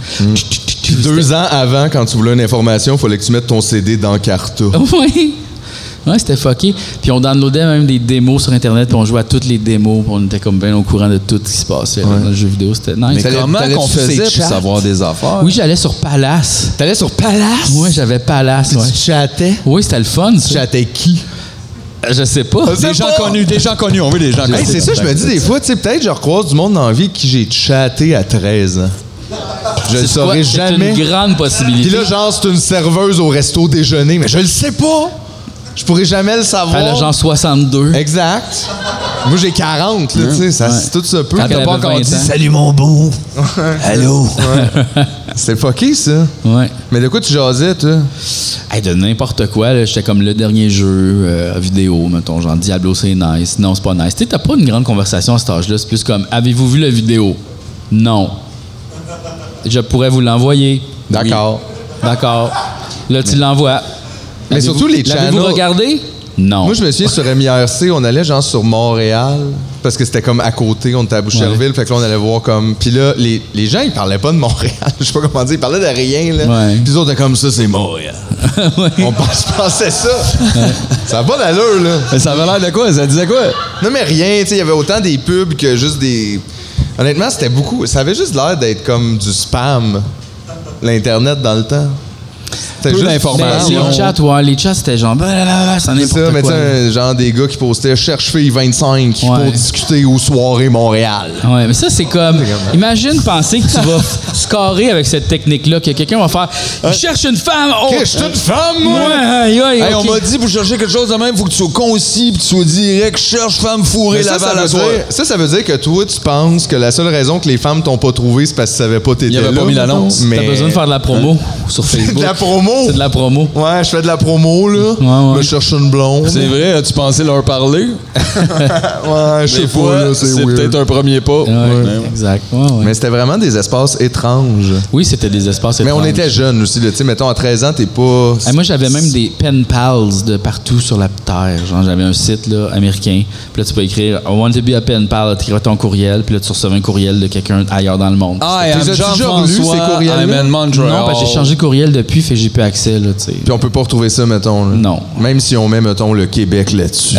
2 ans avant, quand tu voulais une information, il fallait que tu mettes ton CD dans Carta. Oui. Ouais, c'était fucké. Puis on downloadait même des démos sur Internet, puis on jouait à toutes les démos, puis on était comme bien au courant de tout ce qui se passait là, dans le jeu vidéo. C'était nice. Mais comment qu'on faisait pour savoir des affaires? Oui, j'allais sur Palace. T'allais sur Palace? Oui, j'avais Palace. Ouais. Tu chattais? Oui, c'était le fun. Tu chattais qui? Je sais pas. Des gens connus, on veut des gens connus. Hey, c'est ça, je me dis des fois, tu sais, peut-être je recroise du monde dans la vie qui j'ai chatté à 13 ans. Je le saurais jamais. C'est une grande possibilité. Puis là, genre, c'est une serveuse au resto déjeuner, mais je le sais pas. Je pourrais jamais le savoir. Elle a genre 62. Exact. Moi, j'ai 40, là, tu sais, tout se peut. Quand Quand elle t'as pas avait encore 20 dit ans. « Salut, mon beau! » Allô? C'était fucké, ça. Ouais. Mais de quoi tu jasais, toi? Hey, de n'importe quoi, là, j'étais comme le dernier jeu vidéo, mettons, genre Diablo, c'est nice. Non, c'est pas nice. Tu sais, t'as pas une grande conversation à cet âge-là. C'est plus comme, avez-vous vu la vidéo? Non. Je pourrais vous l'envoyer. D'accord. Oui. D'accord. Là, tu l'envoies. Mais surtout les channels. L'avez-vous regardé? Non. Moi, je me souviens, sur MIRC, on allait genre sur Montréal, parce que c'était comme à côté, on était à Boucherville, fait que là, on allait voir comme... Puis là, les gens, ils parlaient pas de Montréal, je sais pas comment dire, ils parlaient de rien, là. Ouais. Puis les autres étaient comme ça, c'est Montréal. Ouais. On pensait ça. Ça a pas d'allure, là. Mais ça avait l'air de quoi? Ça disait quoi? Non, mais rien, tu sais, il y avait autant des pubs que juste des... Honnêtement, c'était beaucoup... Ça avait juste l'air d'être comme du spam, l'Internet, dans le temps. C'était Peu juste d'informations. Les chats, c'était genre, c'est C'est n'importe ça, mais tu quoi. sais, genre des gars qui postaient « Cherche fille 25 pour discuter aux soirées Montréal ». Ouais, mais ça, c'est comme... Imagine penser que tu vas scorer avec cette technique-là, que quelqu'un va faire « Je cherche une femme! Oh, Je suis une femme, moi! Ouais, Hey, on m'a dit, pour chercher quelque chose de même, faut que tu sois concis puis tu sois direct. Cherche femme fourrée Mais ça, Laval à soir. ça veut dire que toi, tu penses que la seule raison que les femmes t'ont pas trouvé, c'est parce qu'ils savaient pas t'étais là. Il avait pas mis l'annonce. Mais... T'as besoin de faire de la promo sur Facebook. de la promo? C'est de la promo. Ouais, je fais de la promo, là. Ouais. Je cherche une blonde. C'est vrai, as-tu pensé leur parler? Ouais, je sais Des pas, fois, là, c'est weird. peut-être un premier pas. Ouais, exact. Ouais. Mais c'était vraiment des espaces étranges. Oui, c'était des espaces Mais on étranges. était jeunes aussi, là. Tu sais, mettons, à 13 ans, t'es pas... Hey, moi, j'avais même des pen pals de partout sur la Terre. Genre, j'avais un site là, américain. Puis là, tu peux écrire I want to be a pen pal. Tu écrivais ton courriel. Puis là, tu recevais un courriel de quelqu'un ailleurs dans le monde. Ah, et T'es-tu déjà relu ces Jean-François, courriels-là? I'm in Montreal. Non, parce que j'ai changé de courriel depuis, fait que j'ai plus accès, là, tu sais. Puis on peut pas retrouver ça, mettons. Là. Non. Même si on met, mettons, le Québec là-dessus.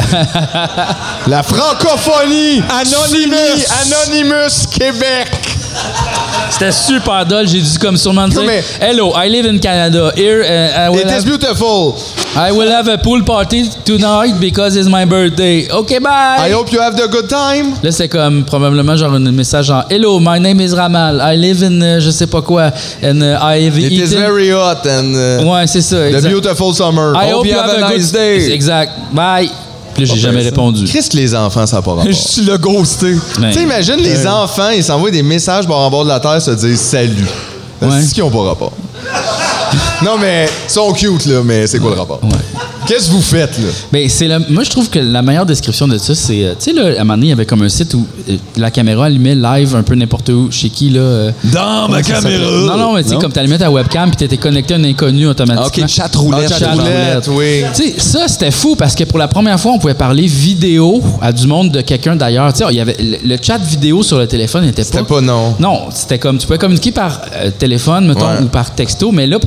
La francophonie! Anonymous Québec! C'était super dull. J'ai dû comme sûrement dire mais- Hello, I live in Canada. Here, I will It is have... beautiful. I will have a pool party tonight because it's my birthday. OK, bye! I hope you have the good time. Là, c'est comme probablement genre un message genre Hello, my name is Ramal. I live in je sais pas quoi. And I have It is eaten... very hot and Ouais, c'est ça. the Exact. beautiful summer. I hope you have a nice good day. Exact. Bye. Puis là, j'ai jamais répondu. Qu'est-ce que les enfants, ça n'a pas rapport? Je suis le ghosté. Ouais. Tu sais, imagine les enfants, ils s'envoient des messages bord en bord de la terre, se disent salut. Ouais. C'est ce qu'ils n'ont pas rapport. Non, mais ils sont cute, là, mais c'est quoi le rapport? Ouais. Qu'est-ce que vous faites, là? Ben, moi, je trouve que la meilleure description de ça, c'est... tu sais, là, à un moment donné, il y avait comme un site où la caméra allumait live un peu n'importe où, chez qui, là... Dans ma caméra. Non, mais tu sais, comme t'allumais ta webcam puis t'étais connecté à un inconnu automatiquement. OK, chat roulette. Ah, chat roulette, oui. Tu sais, ça, c'était fou parce que pour la première fois, on pouvait parler vidéo à du monde de quelqu'un d'ailleurs. Tu sais, il y avait le chat vidéo sur le téléphone n'était pas... C'était pas non. Non, c'était comme... Tu pouvais communiquer par téléphone, mettons, Ouais. ou par texto, mais là, pour la première fois,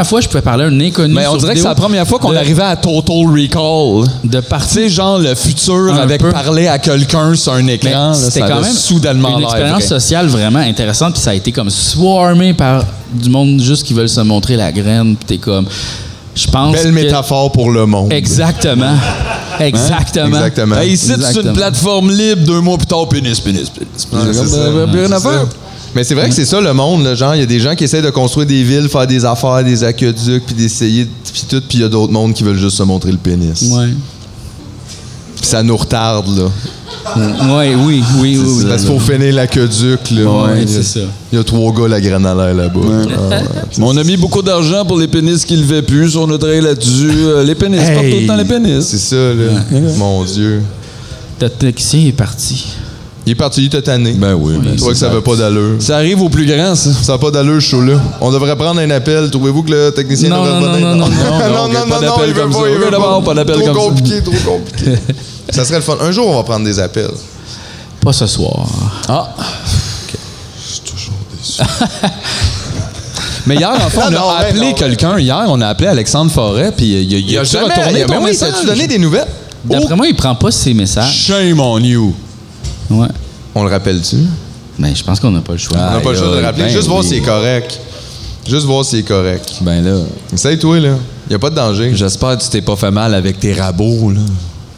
fois que je pouvais parler à un inconnu. Mais on dirait que c'est la première fois qu'on arrivait à Total Recall. De partir. Tu sais, genre le futur avec parler à quelqu'un sur un écran. C'était là, quand même soudainement une expérience sociale vraiment intéressante. Puis ça a été comme swarmé par du monde juste qui veulent se montrer la graine. Puis t'es comme... Je pense Belle métaphore pour le monde. Exactement. Exactement. Exactement. Hey, ici, c'est une plateforme libre, 2 mois plus tard, pénis. Ouais, c'est ça. Rien à faire. Mais c'est vrai que c'est ça le monde, là, genre il y a des gens qui essaient de construire des villes, faire des affaires, des aqueducs, puis d'essayer, puis tout, puis il y a d'autres mondes qui veulent juste se montrer le pénis. Ouais. Puis ça nous retarde, là. Oui. Parce qu'il faut finir l'aqueduc, là. Ouais, c'est ça. Il y a 3 gars la graine à l'air là-bas. On a mis beaucoup d'argent pour les pénis qui levaient plus, on a travaillé là-dessus. Les pénis, pas tout le temps les pénis. C'est ça, là. Mon Dieu. Notre technicien est parti. Il est parti, il était tanné. Ben oui. Tu vois que ça veut pas d'allure. Ça arrive au plus grand, ça. Ça n'a pas d'allure, ce show-là. On devrait prendre un appel. Trouvez-vous que le technicien devrait revenir? Non. Pas d'appel comme ça. Pas d'appel comme ça. Trop compliqué. Ça serait le fun. Un jour, on va prendre des appels. Pas ce soir. Ah. Je suis toujours déçu. Mais hier, en fait, on a appelé quelqu'un. Hier, on a appelé Alexandre Forêt, puis il a retourné ton message. Tu donné des nouvelles? D'après moi, il prend pas ses messages. Shame on you. Ouais. On le rappelle-tu? Mais je pense qu'on n'a pas le choix. On n'a pas le choix de le rappeler. Juste voir si c'est correct. Juste voir si c'est correct. Ben là. Essaye-toi, là. Il n'y a pas de danger. J'espère que tu t'es pas fait mal avec tes rabots, là.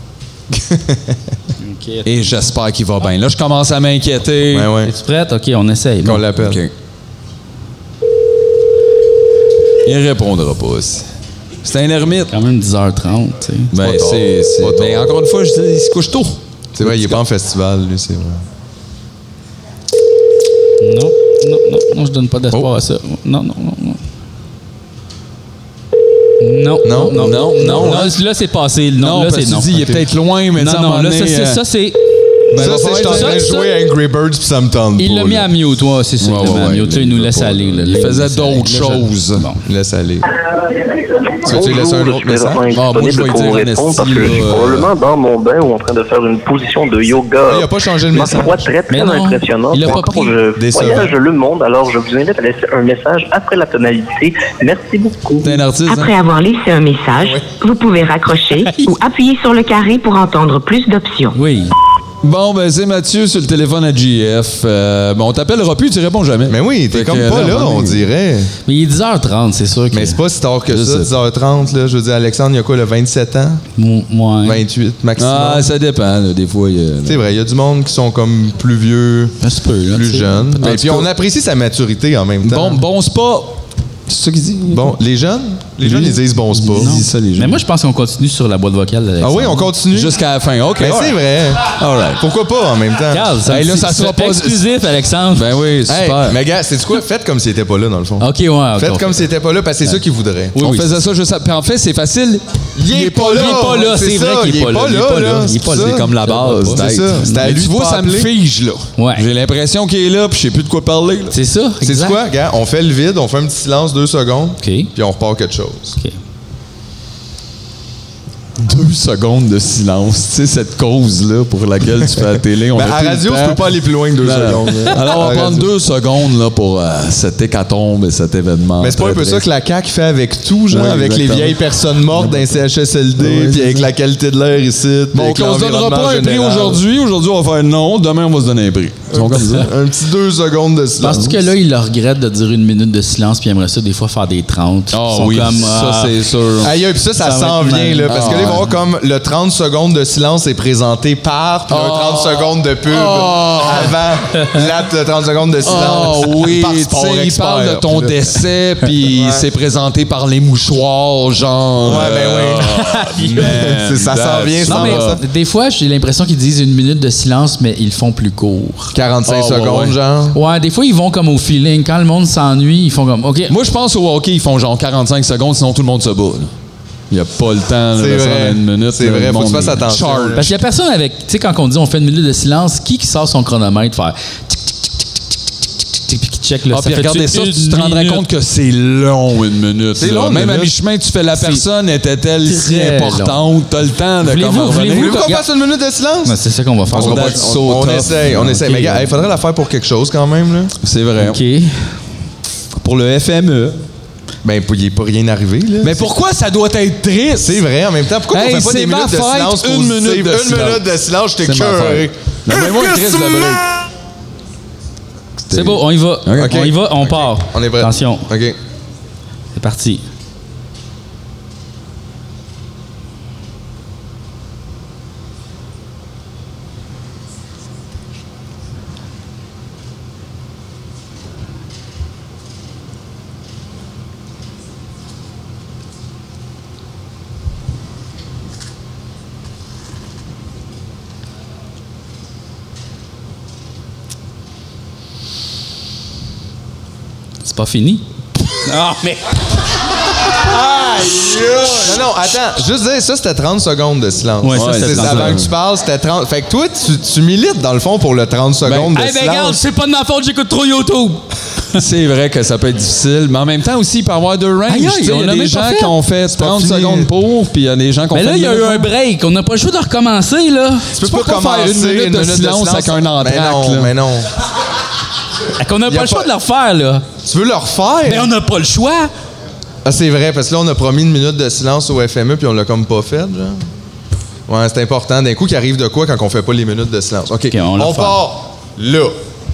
Okay. Et j'espère qu'il va bien. Là, je commence à m'inquiéter. Ouais. Es-tu prête? OK, on essaye. Qu'on l'appelle. OK. Il répondra pas aussi. C'est un ermite. Quand même 10h30, tu sais. Ben, Pas tard. c'est. Pas tard. Ben, encore une fois, je dis, il se couche tôt. C'est vrai, il n'est pas en festival, lui, c'est vrai. Non, je donne pas d'espoir à ça. Non. Non, là, c'est passé. Non, là, parce c'est que non. tu dis, il est peut-être loin, mais Non, là, ça, c'est... Ça, c'est je suis en train de jouer à Angry Birds puis ça me tente pas. Il l'a mis à mute, toi, c'est ça. Il l'a mis à mute. Là, il nous laisse aller. Il faisait d'autres choses. Bon. Laisse aller. Tu veux-tu laisser un autre message? Moi, je vais pour vous dire répondre parce que je suis probablement dans mon bain ou en train de faire une position de yoga. Il a pas changé le message. Ma foi très Mais non, impressionnante. il a pas Encore, pris. je Décevant. voyage le monde, alors je vous invite à laisser un message après la tonalité. Merci beaucoup. T'es un artiste, hein? Après avoir laissé un message, vous pouvez raccrocher ou appuyer sur le carré pour entendre plus d'options. Oui. Bon, ben, c'est Mathieu sur le téléphone à JF. Bon, on t'appellera plus, tu réponds jamais. Mais oui, t'es Fait comme que, pas là, non, on dirait. Mais il est 10h30, c'est sûr que... Mais c'est pas si tard que Je ça, sais. 10h30, là. Je veux dire, Alexandre, il y a quoi, le 27 ans? Ouais. 28 maximum? Ah, ça dépend, là, des fois. C'est vrai, il y a du monde qui sont comme plus vieux, Un petit peu, là. plus tu sais. jeunes. En Et tout puis cas- on apprécie sa maturité en même temps. Bon spa. C'est ça qu'il dit? Bon, les jeunes? Les jeunes, ils disent bon spa. Ils disent ça, les gens. Mais moi, je pense qu'on continue sur la boîte vocale d'Alexandre. Ah oui, on continue? Jusqu'à la fin. OK. Ben, c'est vrai. All right. Pourquoi pas en même temps? Regarde, Hey, là, ça sera pas exclusif, Alexandre. Ben oui, Hey, super. mais gars, c'est quoi? Faites comme s'il était pas là, dans le fond. OK, ouais. Faites comme s'il était pas là, parce que c'est ça qu'ils voudraient. On faisait ça juste après. En fait, c'est facile. Il est pas là. Il est pas là, c'est ça, vrai qu'il est pas là. Il est pas là. Il est pas là. C'est comme la base. C'est d'être. ça. C'est à Mais lui tu de vois, pas ça me appeler. fige, là. Ouais. J'ai l'impression qu'il est là, puis je sais plus de quoi parler. là. C'est ça. C'est exact. quoi, gars? On fait le vide, on fait un petit silence 2 secondes, OK. puis on repart quelque chose. OK. 2 secondes de silence. Tu sais, cette cause-là pour laquelle tu fais la télé. On Ben, a à plus radio, le tu temps. peux pas aller plus loin que 2 Non, non. secondes. là. Alors, on À va prendre radio. 2 secondes là, pour cette hécatombe et cet événement. Mais c'est pas un peu ça que la CAQ fait avec tout, genre, Oui, avec les exactement. vieilles personnes mortes d'un CHSLD, Oui, puis c'est avec ça. la qualité de l'air ici. puis Bon, avec on se donnera l'environnement pas un prix général. aujourd'hui. Aujourd'hui, on va faire non. Demain, on va se donner un prix. Ils sont comme ça. Un petit 2 secondes de silence. Penses-tu que là, il le regrette de dire 1 minute de silence, puis il aimerait ça des fois faire des 30? Ah Ils sont oui, comme, ça, c'est sûr. Aïe, puis ça Ça va s'en être vient, mal. là. Parce que là, il va y avoir comme le 30 secondes de silence est présenté par, puis un 30 secondes de pub avant le 30 secondes de silence. Ah oui, Par tu Sport sais, il Expert, parle de ton puis là. décès, puis c'est présenté par les mouchoirs, genre. Ouais, ben oui. C'est- ça s'en vient, ça Non, s'en mais va. des fois, j'ai l'impression qu'ils disent 1 minute de silence, mais ils le font plus court. 45 Ah, ouais, secondes, ouais. genre. Ouais, des fois, ils vont comme au feeling. Quand le monde s'ennuie, ils font comme, OK. Moi, je pense au hockey, ils font genre 45 secondes, sinon tout le monde se bat. là. Il n'y a pas le temps de C'est rester vrai. à 1 minute. C'est là, vrai, le faut que monde tu fasses est attention. charged. Parce qu'il y a personne avec. Tu sais, quand on dit on fait 1 minute de silence, qui sort son chronomètre, faire tic, tic, tic, tic, tic, tic, tic, puis qui check le Ah, puis regardez ça, tu te rendrais compte que c'est long, 1 minute. C'est là. long, une Même à minute. mi-chemin, tu fais la personne, était-elle si très importante? T'as le temps de Voulez-vous- comment revenir. voulez-vous- Voulez-vous qu'on Regarde. fasse 1 minute de silence? C'est ça qu'on va faire. On va On, être so on tough. essaye, on essaye. Ok. Mais gars, il faudrait la faire pour quelque chose quand même, là. C'est vrai. OK. Pour le FME. Ben, il n'est pas rien arrivé, là. Mais pourquoi ça doit être triste? C'est vrai, en même temps. Pourquoi on fait pas des minutes de silence une minute de silence, je t'ai C'est ma cœuré. fête. Moi, Chris de break. C'est beau, on y va. Okay. On y va, on part. On est prêt. Attention. OK. C'est parti. C'est pas fini. Non, mais... Non, attends. Juste dire, ça, c'était 30 secondes de silence. Ouais, ça, c'était 30 avant secondes. que tu parles, c'était 30... Fait que toi, tu milites, dans le fond, pour le 30 secondes de Eh ben, silence. regarde, c'est pas de ma faute, j'écoute trop YouTube. C'est vrai que ça peut être difficile, mais en même temps aussi, il peut y avoir de range. Aïe, aïe, Tu sais, il y on a l'a des même gens pas fait. qui ont fait 30 fini. secondes pour, puis il y a des gens qui ont Mais fait là, il y a eu un une minute break. On n'a pas le choix de recommencer, là. Tu peux pas faire une minute de silence avec un entracte, là. Mais non. Qu'on n'a Y a pas le choix pas- de le refaire, là. Tu veux le refaire? Mais on n'a pas le choix. Ah, c'est vrai, parce que là, on a promis une minute de silence au FME, puis on l'a comme pas fait, genre. Ouais, c'est important. D'un coup, qu'il arrive de quoi quand on fait pas les minutes de silence? OK, on le refait. part là.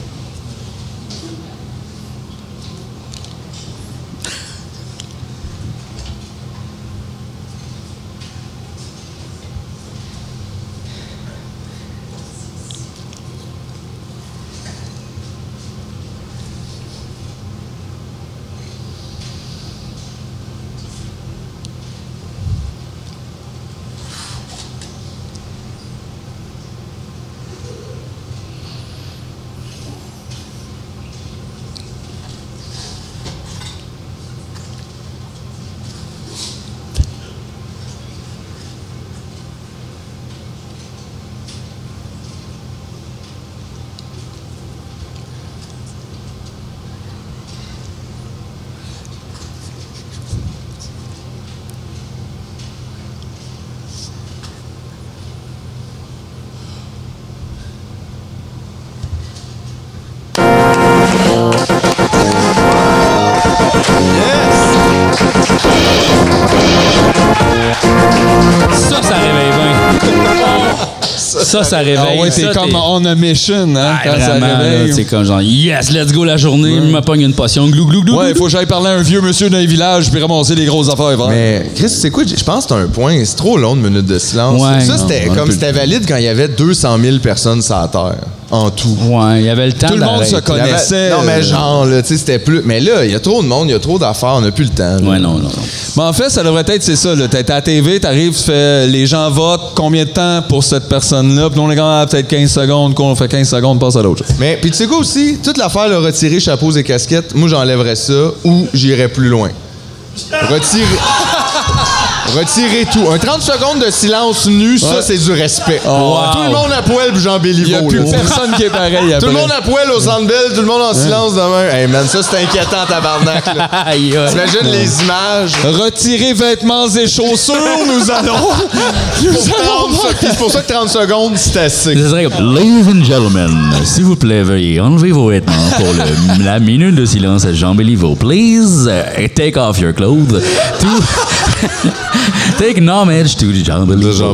Ça réveille bien. Ça réveille. Ah ouais, t'es Ça, comme on a mission, hein, Ah, quand vraiment, ça réveille. là, c'est comme genre, yes, let's go la journée, je me pogne une potion, glou, glou, glou. Ouais, il glou. faut que j'aille parler à un vieux monsieur d'un village puis ramasser les grosses affaires. Frère. Mais, Chris, c'est quoi? Je pense que c'est un point. C'est trop long de minutes de silence. Ouais. Ça, c'était Non, comme un c'était valide quand il y avait 200 000 personnes sur la Terre, en tout. Ouais, il y avait le temps Tout le monde d'arrêter. se connaissait. Non, mais genre, là, tu sais, c'était plus. Mais là, il y a trop de monde, il y a trop d'affaires, on n'a plus le temps. là. Ouais, non. Mais en fait, ça devrait être, c'est ça. T'es à la TV, t'arrives, tu fais les gens votent, combien de temps pour cette personne-là? Puis on est quand même peut-être 15 secondes, qu'on fait 15 secondes, passe à l'autre chose. Mais, puis tu sais quoi aussi? Toute l'affaire, le retirer chapeaux et casquettes, moi, j'enlèverais ça ou j'irais plus loin. Retirer tout. Un 30 secondes de silence nu, ça, c'est du respect. wow. Tout le monde à poil, puis Jean Il n'y a Béliveau. plus là. personne qui est pareil après. Tout le monde à poil au Centre Bell, tout le monde en silence demain. Hey man, ça, c'est inquiétant, tabarnak. là. Aïe, aïe. T'imagines les images? Retirer vêtements et chaussures, nous allons. C'est pour ça que 30 secondes, c'est assez. Ce serait comme, Ladies and gentlemen, s'il vous plaît, veuillez enlever vos vêtements pour la minute de silence à Jean Béliveau. Please take off your clothes. Take homage to Jean Béliveau.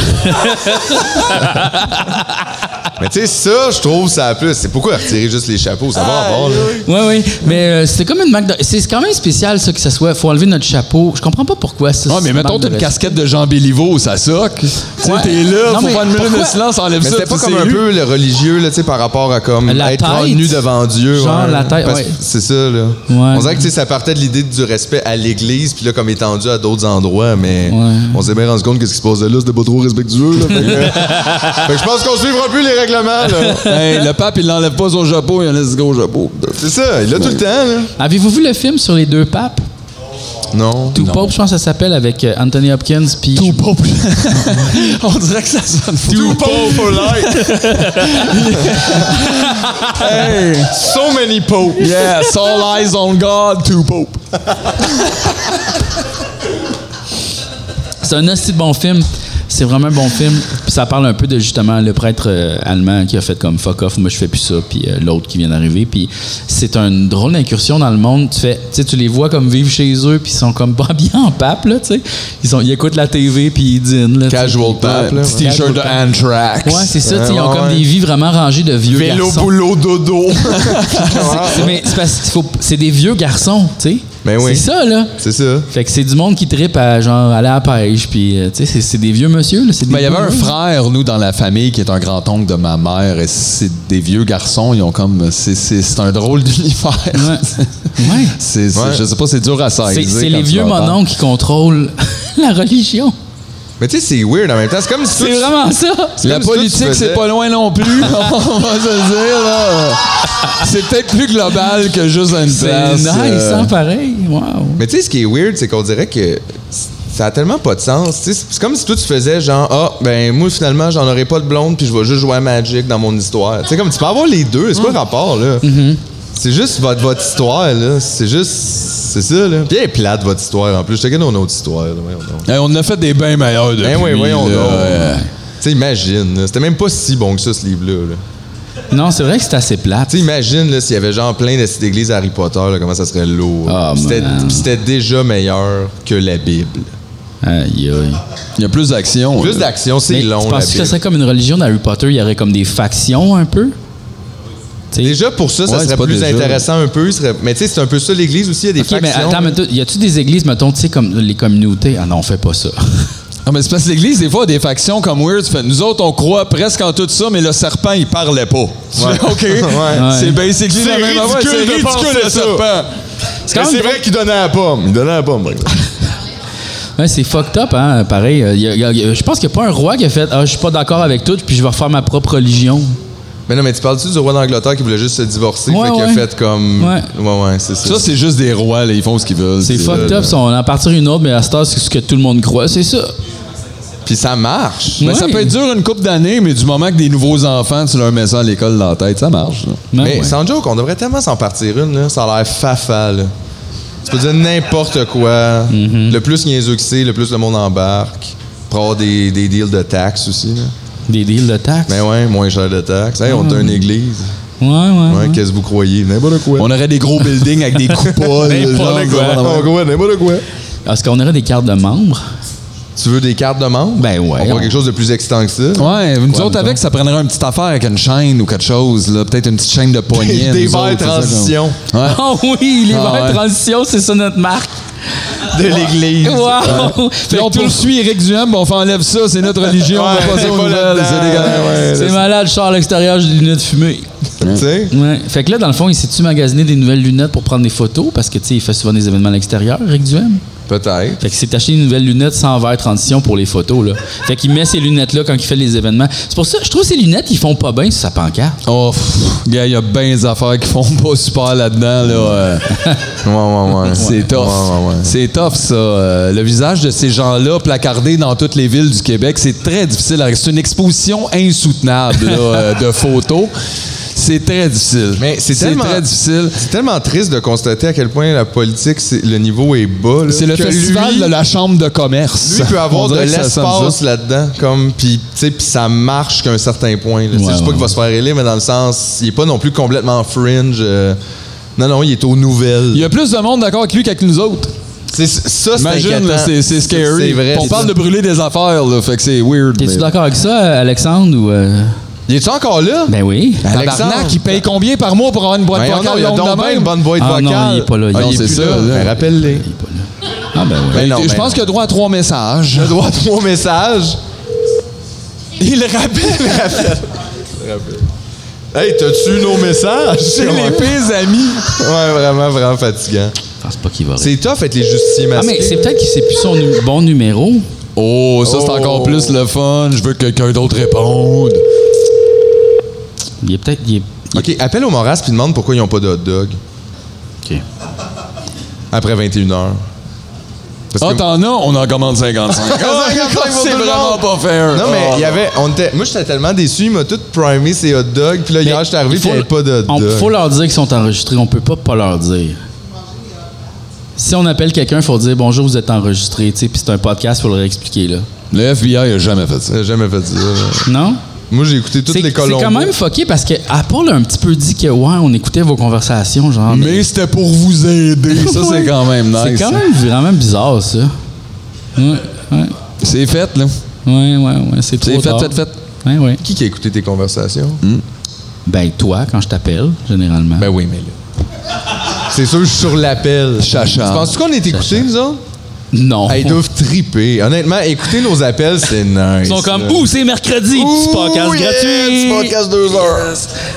Mais tu sais, ça, je trouve ça a plus. C'est pourquoi retirer juste les chapeaux? Ça va avoir, là. Oui. Mais c'était comme une marque de... C'est quand même spécial, ça, que ça soit... Faut enlever notre chapeau. Je comprends pas pourquoi ça. Ouais, mais c'est mettons, marque t'as de une respect. casquette de Jean Béliveau, ça soque. Tu sais, Ouais. t'es là, Non, faut mais faire une minute pourquoi? de silence, enlève Mais ça. c'était pas puis comme c'est un lu. peu le religieux, là, tu sais, par rapport à comme La être tête. nu devant Dieu. Genre, ouais. la tête, Parce ouais. que c'est ça, là. Ouais. On dirait que tu sais, ça partait de l'idée du respect à l'Église, puis là, comme étendu à d'autres endroits, mais Ouais. on s'est bien rendu compte que ce qui se passait là, c'était pas trop respectueux, là. Fait que je pense qu'on suivra plus les règlements, là. Hey, le pape, il l'enlève pas son chapeau, il en laisse go au chapeau. C'est ça, il a tout le temps, là. Avez-vous vu le film sur les deux papes? Non. Two Popes, je pense que ça s'appelle, avec Anthony Hopkins puis... Tout Pope. On dirait que ça sonne fou. Two Pope for life. Hey. So many popes. Yes, all eyes on God, Two Pope. C'est un aussi bon film. C'est vraiment un bon film. Puis ça parle un peu de justement le prêtre allemand qui a fait comme fuck off, moi je fais plus ça, puis l'autre qui vient d'arriver. Puis c'est une drôle d'incursion dans le monde. Tu les vois comme vivre chez eux, puis ils sont comme pas bien en pape, là, tu sais. Ils écoutent la TV, puis ils dînent. Là, Casual pape, là. Petit t-shirt de Anthrax. Ouais, c'est ça. Ils ont comme des vies vraiment rangées de vieux Vélo, garçons. boulot, dodo. Mais c'est parce qu'il c'est des vieux garçons, tu sais. Ben oui. C'est ça, là. C'est ça. Fait que c'est du monde qui trippe à genre aller à la pêche, puis tu sais, c'est des vieux monsieur, là. Il y avait un frère, nous, dans la famille, qui est un grand-oncle de ma mère, et c'est des vieux garçons, ils ont comme... C'est un drôle d'univers. Ouais. Je sais pas, c'est dur à saisir. C'est les vieux mononcles qui contrôlent la religion. Mais tu sais, c'est weird en même temps. C'est comme si C'est vraiment ça. La politique, c'est pas loin non plus. On va se le dire, là. C'est peut-être plus global que juste une place. C'est nice, hein, pareil. Wow. Mais tu sais, ce qui est weird, c'est qu'on dirait que ça a tellement pas de sens. Tu sais, c'est comme si toi, tu faisais genre, moi, finalement, j'en aurais pas de blonde, puis je vais juste jouer à Magic dans mon histoire. Tu sais, comme tu peux avoir les deux. C'est quoi le rapport, là? Mm-hmm. C'est juste votre histoire, là. C'est ça, là. Puis elle est plate, votre histoire, en plus. Je te regarde une autre histoire, là. On a fait des bains meilleurs depuis. Ben oui, voyons là. donc. Tu sais, imagine, là. C'était même pas si bon que ça, ce livre-là, là. Non, c'est vrai que c'est assez plate. Tu sais, imagine là, s'il y avait genre plein d'églises Harry Potter, là, comment ça serait lourd. Ah, c'était déjà meilleur que la Bible. Aïe, aïe. Il y a plus d'action. Plus d'action, c'est Mais long. tu la penses que ça Bible. serait comme une religion d'Harry Potter? Il y aurait comme des factions un peu? T'sais. Déjà, pour ça, ça Ouais, c'est serait pas plus déjà. intéressant un peu. Mais tu sais, c'est un peu ça, l'Église aussi, il y a des OK, mais factions. attends, y a-tu des églises, mettons, tu sais, comme les communautés? Ah non, on fait pas ça. Non, mais c'est parce que l'Église, des fois, a des factions comme Weird. Fait, nous autres, on croit presque en tout ça, mais le serpent, il parlait pas. Tu fais, OK. Ouais. C'est basically la même affaire. C'est ridicule, le serpent. C'est quand même drôle. qu'il donnait la pomme. Il donnait la pomme, par exemple. Ouais, c'est fucked up, hein, pareil. Je pense qu'il n'y a pas un roi qui a fait « Ah, je suis pas d'accord avec tout, puis je vais refaire ma propre religion. » Mais non, mais tu parles-tu du roi d'Angleterre qui voulait juste se divorcer, Ouais, fait qu'il a ouais. fait comme... Ouais. Ouais, c'est ça. Ça, c'est juste des rois, là. Ils font ce qu'ils veulent. C'est fucked up, ça. On va en partir une autre, mais à cette heure, c'est ce que tout le monde croit, c'est ça. Puis ça marche. Mais Ouais. ça peut être dur une couple d'années, mais du moment que des nouveaux enfants, tu leur mets ça à l'école dans la tête, ça marche. Là. Mais ouais. sans joke, on devrait tellement s'en partir une, là. Ça a l'air fafa, là. Tu peux dire n'importe quoi. Le plus niaiseux que c'est, le plus le monde embarque. Pour avoir des deals de taxes aussi, là. Des deals de taxes. Ben ouais, moins cher de taxes. Hey, on est une église. Ouais. Qu'est-ce que vous croyez? N'importe quoi. On aurait des gros buildings avec des coupoles. N'importe quoi. N'importe quoi. Est-ce qu'on aurait des cartes de membres? Tu veux des cartes de membres? Ben ouais. On va quelque chose de plus excitant que ça. Ouais, nous autres avec, ça prendrait une petite affaire avec une chaîne ou quelque chose, là. Peut-être une petite chaîne de poignée. Des nous verres autres, c'est ça, transition comme- Ouais. Oh oui, les verres ouais. transition, c'est ça notre marque. de l'église. Wow! Puis on poursuit Éric Duhem, on fait enlève ça, c'est notre religion, on va Ouais, passer aux pas nouvelles, là-dedans. c'est dégueulasse. C'est malade, je sors à l'extérieur, j'ai des lunettes fumées. Tu sais? Ouais. Fait que là, dans le fond, il s'est-tu magasiné des nouvelles lunettes pour prendre des photos? Parce que, tu sais, il fait souvent des événements à l'extérieur, Éric Duhem. Peut-être. Fait qu'il s'est acheté une nouvelle lunette sans verre transition pour les photos, là. Fait qu'il met ces lunettes-là quand il fait les événements. C'est pour ça, je trouve ces lunettes, ils font pas bien sur sa pancarte. Oh, gars, il y a bien des affaires qui font pas super là-dedans, là. Ouais. C'est tough. Ouais. C'est tough, ça. Le visage de ces gens-là placardés dans toutes les villes du Québec, c'est très difficile. C'est une exposition insoutenable là, de photos. C'est très difficile. Mais c'est tellement très difficile. C'est tellement triste de constater à quel point la politique, le niveau est bas. Là, C'est le que festival lui, de la chambre de commerce. Lui peut avoir On de dirait que ça sonne l'espace ça. là-dedans, comme puis ça marche qu'à un certain point. Là. Je sais pas qu'il va se faire élire, mais dans le sens, il est pas non plus complètement fringe. Non, il est aux nouvelles. Il y a plus de monde d'accord avec lui qu'avec nous autres. Ça, c'est Imagine, inquiétant. là, c'est scary. C'est vrai. On parle de brûler des affaires, là, fait que c'est weird. T'es-tu mais- d'accord avec ça, Alexandre? Ou Il est-tu encore là? Ben oui. Tabarnak, il paye combien par mois pour avoir une boîte Ben, vocale non, il y a longue donc de bien même? une bonne boîte Ah vocale. non, il est pas là. Ah, Non, il est c'est plus ça, là. là. Ben, rappelle-les. Ah ben oui. Ben non, je ben pense non. qu'il a droit à 3 messages. Le droit à 3 messages. Il rappelle. Hey, t'as-tu nos messages? C'est les pires amis. Ouais, vraiment fatigant. Je pense pas qu'il va C'est tough être les justiciers Ah, masqués. mais c'est peut-être qu'il sait plus son bon numéro. Oh, ça, c'est encore plus le fun. Je veux que quelqu'un d'autre réponde. Il est peut-être. OK, appelle au Moras puis demande pourquoi ils n'ont pas de hot dog OK. après 21h. Parce Ah, que- t'en as? On en commande 55. C'est vraiment pas fair. Non, mais il y avait... Moi, j'étais tellement déçu. Il m'a tout primé ces hot dogs. Puis là, Mais hier, j'étais arrivé il puis il n'y avait pas de hot Il dog. faut leur dire qu'ils sont enregistrés. On peut pas leur dire. Si on appelle quelqu'un, il faut dire bonjour, vous êtes enregistré, tu sais, puis c'est un podcast, il faut leur expliquer, là. Le FBI a jamais fait ça. J'ai jamais fait ça. Non? Moi, j'ai écouté toutes les Colombos. C'est quand même fucké parce que Apple a un petit peu dit que, ouais, on écoutait vos conversations, genre. Mais c'était pour vous aider. Ça, c'est quand même nice. C'est quand même vraiment bizarre, ça. Ouais. C'est fait, là. Ouais, c'est trop tard. C'est fait. Ouais. Qui a écouté tes conversations? Ben, toi, quand je t'appelle, généralement. Ben oui, mais là. C'est sûr, je suis sur l'appel. Chacha. Tu penses qu'on est écoutés, nous autres? Non. Ils doivent triper. Honnêtement, écouter nos appels, c'est nice. Ils sont comme, c'est mercredi, petit podcast gratuit. Petit podcast 2 heures.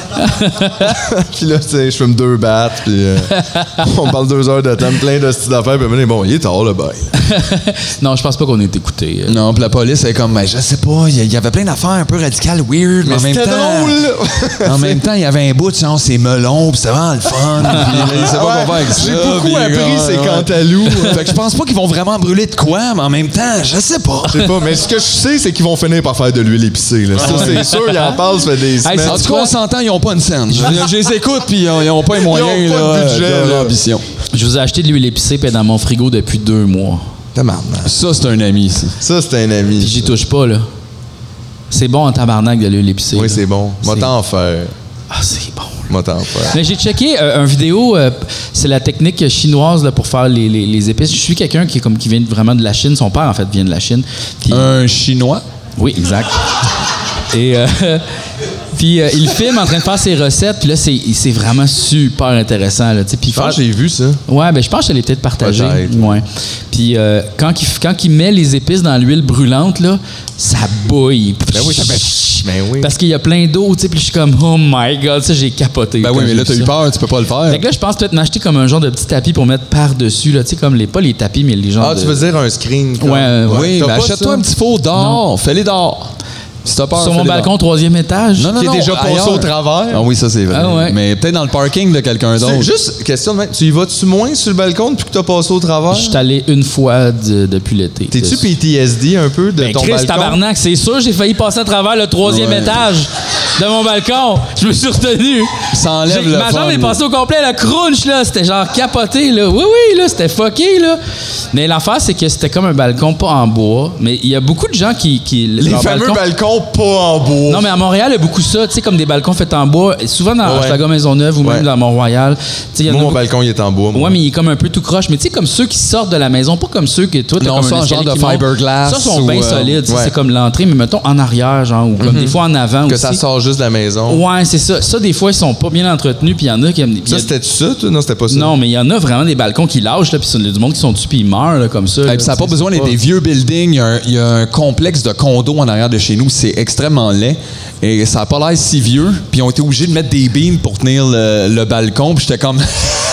Puis là, tu sais, je fume 2 battes, puis on parle 2 heures de temps, plein de styles d'affaires, puis bon, il est tard, le bail. Non, je pense pas qu'on est écouté. Non, puis la police, elle est comme, je sais pas, il y avait plein d'affaires un peu radicales, weird, mais en même temps. Drôle. En même temps, il y avait un bout de genre, c'est melon, puis c'était vraiment le fun. Puis il sait pas quoi faire avec ça. J'ai beaucoup appris, c'est Cantalou. Fait que je pense pas qu'ils vont vraiment brûler de quoi, mais en même temps, je sais pas. Je sais pas, mais ce que je sais, c'est qu'ils vont finir par faire de l'huile épicée. Là. Ça, c'est sûr, ils en parlent, ça fait des semaines. En tout cas, on s'entend, ils ont pas une scène. Je les écoute, puis ils ont pas les moyens, Ils ont pas de budget, leur ambition. Je vous ai acheté de l'huile épicée, puis elle est dans mon frigo depuis 2 mois. Ça, c'est un ami, ça. Ça, c'est un ami. Puis j'y touche pas, là. C'est bon en tabarnak de l'huile épicée. Oui, c'est bon. Moi, t'en faire. Ah, c'est bon. Moi, t'en faire. Mais j'ai checké un vidéo, c'est la technique chinoise là, pour faire les épices. Je suis quelqu'un qui vient vraiment de la Chine. Son père, en fait, vient de la Chine. Puis, un Chinois? Oui, exact. Et puis il filme en train de faire ses recettes. Puis là, c'est vraiment super intéressant. Là, puis J'ai vu ça. Ouais, ben je pense que je l'ai peut-être partagé. Peut-être. Ouais. Puis quand il met les épices dans l'huile brûlante, là, ça bouille. Ben oui, ça fait... Ben oui. Parce qu'il y a plein d'eau, tu sais, puis je suis comme, oh my God, ça, j'ai capoté. Ben oui, mais là, t'as eu peur, tu peux pas le faire. Fait que là, je pense peut-être m'acheter comme un genre de petit tapis pour mettre par-dessus, là, tu sais, comme pas les tapis, mais les genres tu veux dire un screen? Comme... Ouais. Oui, mais achète-toi un petit faux d'or. Fais-les d'or. Si t'as peur, sur mon balcon, 3e étage. Non, qui est déjà passé au travers. Ah oui, ça, c'est vrai. Ah ouais. Mais peut-être dans le parking de quelqu'un d'autre. Juste, question de même, tu y vas-tu moins sur le balcon depuis que t'as passé au travers? Je suis allé une fois depuis l'été. T'es-tu PTSD un peu de ton Chris, balcon? tabarnak, c'est sûr, j'ai failli passer à travers le 3e étage de mon balcon. Je me suis retenu. Ça enlève le ma fun. jambe est passée au complet, le crunch, là. C'était genre capoté, là. Oui, là, c'était fucké, là. Mais l'affaire, c'est que c'était comme un balcon pas en bois. Mais il y a beaucoup de gens qui Les fameux balcons pas en bois. Non, mais à Montréal, il y a beaucoup ça, tu sais, comme des balcons faits en bois. Souvent dans Hochelaga Maisonneuve ou même dans Mont-Royal. Moi, mon balcon, il est en bois. Ouais, mais il est comme un peu tout croche. Mais tu sais, comme ceux qui sortent de la maison, pas comme ceux que toi, t'as Non, comme ça, un genre de qui monte. fiberglass. Ça, sont bien solides. ouais. C'est comme l'entrée, mais mettons en arrière, genre, ou comme des fois en avant Que aussi. ça sort juste de la maison. Ouais, c'est ça. Ça, des fois, ils sont pas bien entretenus, puis il y en a qui... Ça, c'était-tu ça, toi? Non, c'était pas ça. Non, mais il y en a vraiment des balcons qui lâchent, là, puis il y a du monde qui sont dessus, puis ils meurent, là, comme ça. Et puis ça n'a pas besoin d'être des vieux buildings. Il y a un complexe de condos en arrière de chez nous. C'est extrêmement laid. Et ça n'a pas l'air si vieux. Puis ils ont été obligés de mettre des beams pour tenir le balcon. Puis j'étais comme...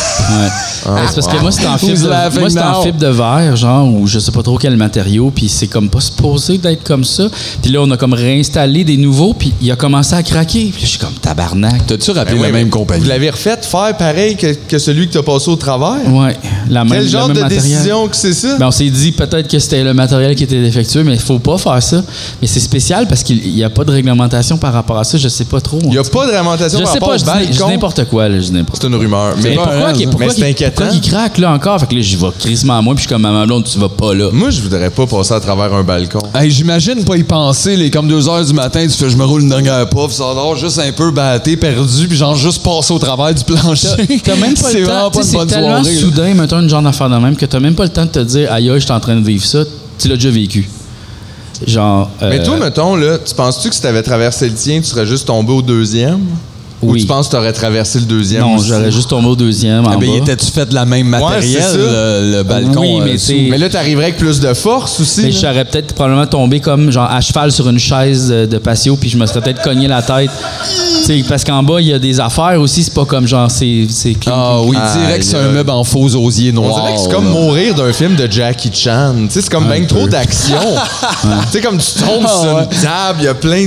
C'est parce que moi, c'était en fibre de verre, genre, ou je sais pas trop quel matériau, puis c'est comme pas supposé d'être comme ça. Puis là, on a comme réinstallé des nouveaux, puis il a commencé à craquer. Puis je suis comme tabarnak. T'as-tu rappelé la même compagnie? Vous l'avez refait faire pareil que celui que t'as passé au travers? Ouais, Quel genre de décision que c'est ça? Ben, on s'est dit peut-être que c'était le matériel qui était défectueux, mais il faut pas faire ça. Mais c'est spécial parce qu'il n'y a pas de réglementation par rapport à ça. Je sais pas trop. Il n'y a pas de réglementation par rapport au balcon? Je dis n'importe quoi. Là, c'est une rumeur. Mais pourquoi il craque là encore? Fait que là, j'y vais crissement à moi, puis je suis comme maman blonde, tu vas pas là. Moi, je voudrais pas passer à travers un balcon. Hey, j'imagine pas y penser, les comme 2h du matin, tu fais je me roule une dernière puff, ça dort juste un peu batté, perdu, puis genre juste passer au travers du plancher. T'as même pas le temps. C'est tellement soudain, mettons une genre d'affaire de même, que t'as même pas le temps de te dire aïe, je suis en train de vivre ça. Tu l'as déjà vécu. Genre. Mais toi, mettons, là, tu penses-tu que si t'avais traversé le tien, tu serais juste tombé au 2e? Oui. Ou tu penses que tu aurais traversé le 2e? Non, aussi? j'aurais juste tombé au 2e. Eh bien, étais-tu fait de la même matériel, le balcon? Oui, mais mais là, t'arriverais avec plus de force aussi. Mais je serais peut-être probablement tombé comme genre à cheval sur une chaise de patio, puis je me serais peut-être cogné la tête. T'sais, parce qu'en bas, il y a des affaires aussi, c'est pas comme genre c'est clean. Ah oui, direct, c'est un meuble en faux osier noir. On dirait que c'est comme mourir d'un film de Jackie Chan. C'est comme bien trop d'action. Tu sais, comme tu tombes sur une table, il y a plein de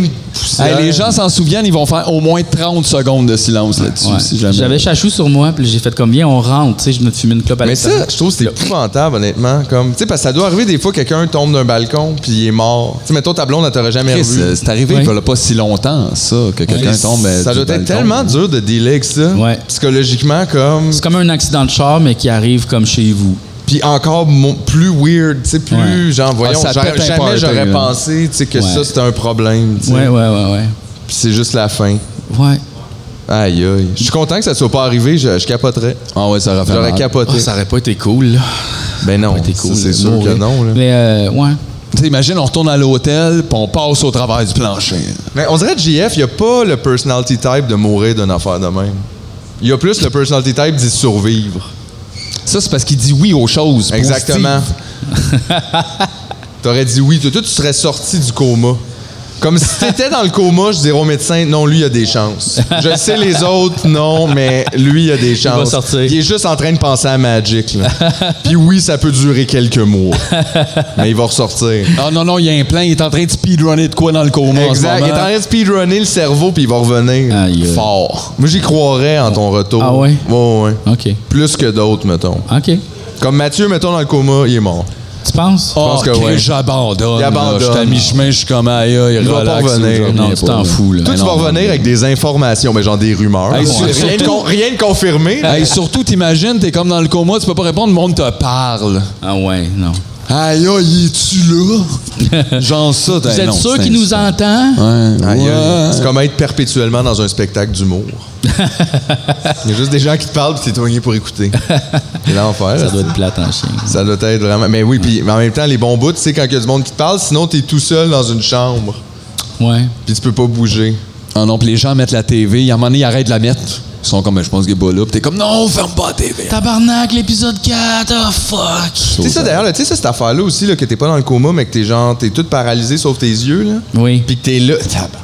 poussière. Hey, les gens s'en souviennent, ils vont faire au moins 30 secondes de silence là-dessus. Ouais. Si jamais. J'avais Chachou sur moi, puis j'ai fait comme bien, on rentre, tu sais, je me fumer une clope à Mais ça, je trouve que c'est épouvantable, honnêtement. Comme, tu sais, parce que ça doit arriver des fois, quelqu'un tombe d'un balcon, puis il est mort. Tu sais, mettons, ta blonde, elle t'aurait jamais Chris, revu. c'est arrivé il y a pas si longtemps, ça, que quelqu'un tombe. Ça doit être tellement dur de dealer avec ça. Ouais. Psychologiquement, comme. C'est comme un accident de char, mais qui arrive comme chez vous. Puis encore plus weird, tu sais, plus genre, voyons, ça pète un jamais party, j'aurais là. pensé, tu sais, que Ouais. ça, c'était un problème, tu sais. Ouais. Puis c'est juste la fin. Ouais. Aïe, aïe. Je suis content que ça soit pas arrivé, je capoterais. Ah ouais, ça aurait fait J'aurais mal. capoté. Oh, ça aurait pas été cool, là. Ben non, été cool, ça, c'est sûr mourir. que non, là. Mais, ouais. Tu sais, imagine, on retourne à l'hôtel, puis on passe au travers du plancher. Mais on dirait que JF, il n'y a pas le personality type de mourir d'une affaire de même. Il y a plus le personality type d'y survivre. Ça, c'est parce qu'il dit oui aux choses. Exactement. T'aurais dit oui. Toi, tu serais sorti du coma. Comme si t'étais dans le coma, je dirais au médecin, non, lui, il a des chances. Je sais les autres, non, mais lui, il a des chances. Il va sortir. Il est juste en train de penser à Magic, là. Puis oui, ça peut durer quelques mois. Mais il va ressortir. Ah non, il y a un plan, il est en train de speedrunner de quoi dans le coma en ce Exact. Il est en moment. train de speedrunner le cerveau, puis il va revenir. Aïe, aïe. Fort. Moi, j'y croirais en ton retour. Ah ouais? Ouais. OK. Plus que d'autres, mettons. OK. Comme Mathieu, mettons, dans le coma, il est mort. Tu penses? Oh, pense que Chris, ouais. j'abandonne. Il là. abandonne. Je suis à mi-chemin, je suis comme aïe, aïe, Il va relax. pas revenir. je reviens Non, tu pas, t'en là. fous, là. Toi, tu vas revenir avec des informations, mais genre des rumeurs. Hey, Rien de confirmé. Hey, surtout, t'imagines, t'es comme dans le coma, tu peux pas répondre, le monde te parle. Ah ouais, non. Aïe, aïe, es-tu là? Genre ça, Vous êtes sûr qu'il nous entend? Ouais. Aïe, aïe. Ouais. C'est comme être perpétuellement dans un spectacle d'humour. Il y a juste des gens qui te parlent puis t'es éloigné pour écouter. C'est l'enfer. Ça doit être plate en chien. Ça doit être vraiment. Mais oui, puis en même temps, les bons bouts, tu sais, quand il y a du monde qui te parle, sinon t'es tout seul dans une chambre. Ouais. Puis tu peux pas bouger. Ah non, puis les gens mettent la TV, il y a un moment donné, ils arrêtent de la mettre. Ils sont comme, je pense qu'il est pas là. Puis t'es comme, non, ferme pas la TV. Tabarnak, l'épisode 4, oh fuck. Tu sais ça d'ailleurs, là, tu sais ça, cette affaire-là aussi, là, que t'es pas dans le coma, mais que t'es tout paralysé sauf tes yeux, là. Oui. Puis que t'es là.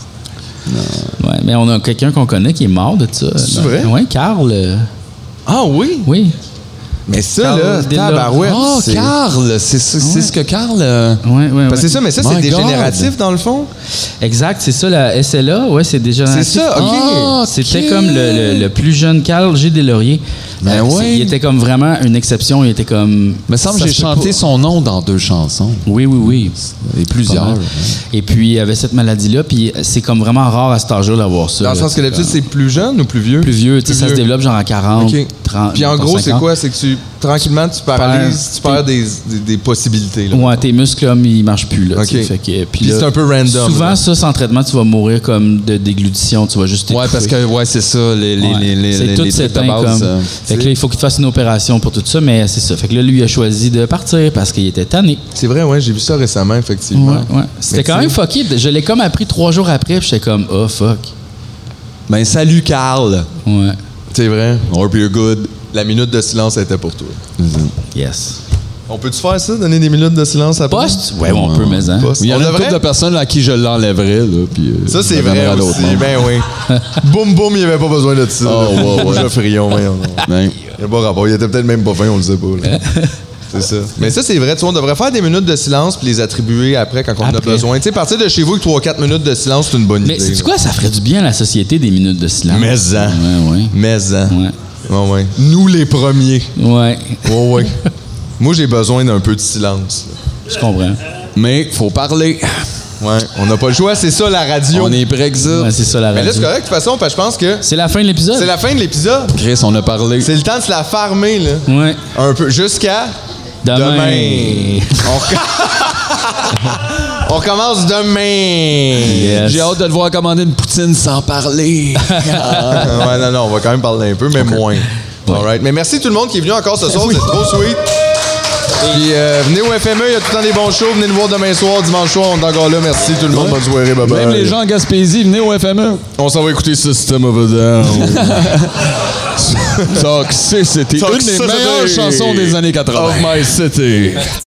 Ouais, mais on a quelqu'un qu'on connaît qui est mort de ça. C'est vrai? Oui, Carl. Ah oui? Oui. Mais ça, Carl là, Dilla. tabarouette. Oh, c'est- Carl! C'est ce que Carl... Ouais. Parce que c'est ça, mais ça, c'est My dégénératif dans le fond. Exact, c'est ça, la SLA. Ouais, c'est déjà. C'est ça, OK. Ah, C'était ok. comme le plus jeune Carl G. Deslauriers. Ben ouais. Il était comme vraiment une exception. Il était comme. Me semble Ça que j'ai se peut chanté pas. son nom dans 2 chansons. Oui. Et plusieurs. Pas mal. Et puis, il avait cette maladie-là. Puis, c'est comme vraiment rare à cet âge-là d'avoir ça. Dans le là. sens que d'habitude, c'est plus jeune ou plus vieux? plus vieux. Tu sais, ça se vieux. développe genre à 40, OK. 30. Puis en gros, c'est 50. quoi? C'est que tranquillement, tu paralyses, tu perds des possibilités. Là. Ouais, tes muscles, comme, ils marchent plus. Là, OK. tu sais. Fait que, Puis c'est un peu random, Souvent, là. ça, sans traitement, tu vas mourir comme de déglutition. Tu vas juste Ouais, t'étouffer. parce que, ouais, c'est ça, les C'est tout trucs de s'éteint base. comme. Fait que là, il faut qu'il te fasse une opération pour tout ça, mais c'est ça. Fait que là, lui, il a choisi de partir parce qu'il était tanné. C'est vrai, ouais, j'ai vu ça récemment, effectivement. Ouais. C'était Mais quand tu même sais- fucké. Je l'ai comme appris 3 jours après, puis j'étais comme, oh fuck. Ben, salut, Carl. Ouais. C'est vrai. Hope you're good. La minute de silence était pour toi. Yes. On peut-tu faire ça, donner des minutes de silence après? Poste? Ouais, on peut, mais hein. Poste. Il y en On a une devrait? couple de personnes à qui je l'enlèverais, là. Puis, Ça, c'est je vrai l'amènerais à l'autre aussi. monde. Ben oui. Boum, boum, il n'y avait pas besoin de ça. Oh, ouais, ouais. Geoff Rion, voyons. Ben, Il n'y a pas rapport. Il était peut-être même pas fin, on le sait pas. là. C'est ça. Mais ça, c'est vrai. Tu vois, on devrait faire des minutes de silence puis les attribuer après quand on en a Après. besoin. Tu sais, partir de chez vous avec 3-4 minutes de silence, c'est une bonne Mais idée. sais-tu là. quoi? Ça ferait du bien à la société des minutes de silence. Mais-en. Ouais. Mais-en. Ouais. Ouais, ouais. Nous, les premiers. Ouais. Ouais, ouais. Moi, j'ai besoin d'un peu de silence. Je comprends. mais faut parler. Ouais. On n'a pas le choix, c'est ça, la radio. On est prêt que ça. Ouais, c'est ça la Mais radio. là, c'est correct, de toute façon, parce que je pense que C'est la fin de l'épisode? c'est la fin de l'épisode. Chris, on a parlé. C'est le temps de se la farmer, là. Ouais. Un peu. Jusqu'à... Demain. On recommence demain. Yes. J'ai hâte de le voir commander une poutine sans parler. Ouais, non, on va quand même parler un peu, mais moins. All right. Mais merci tout le monde qui est venu encore ce soir, vous êtes trop sweet. Puis venez au FME, il y a tout le temps des bons shows. Venez nous voir demain soir, dimanche soir, on est encore là. Merci tout le monde, bonne soirée, bye bye. Même les gens en Gaspésie, venez au FME. On s'en va écouter System of a Down. Toxicity. Une des Toxicity meilleures chansons des années 80. Of my city.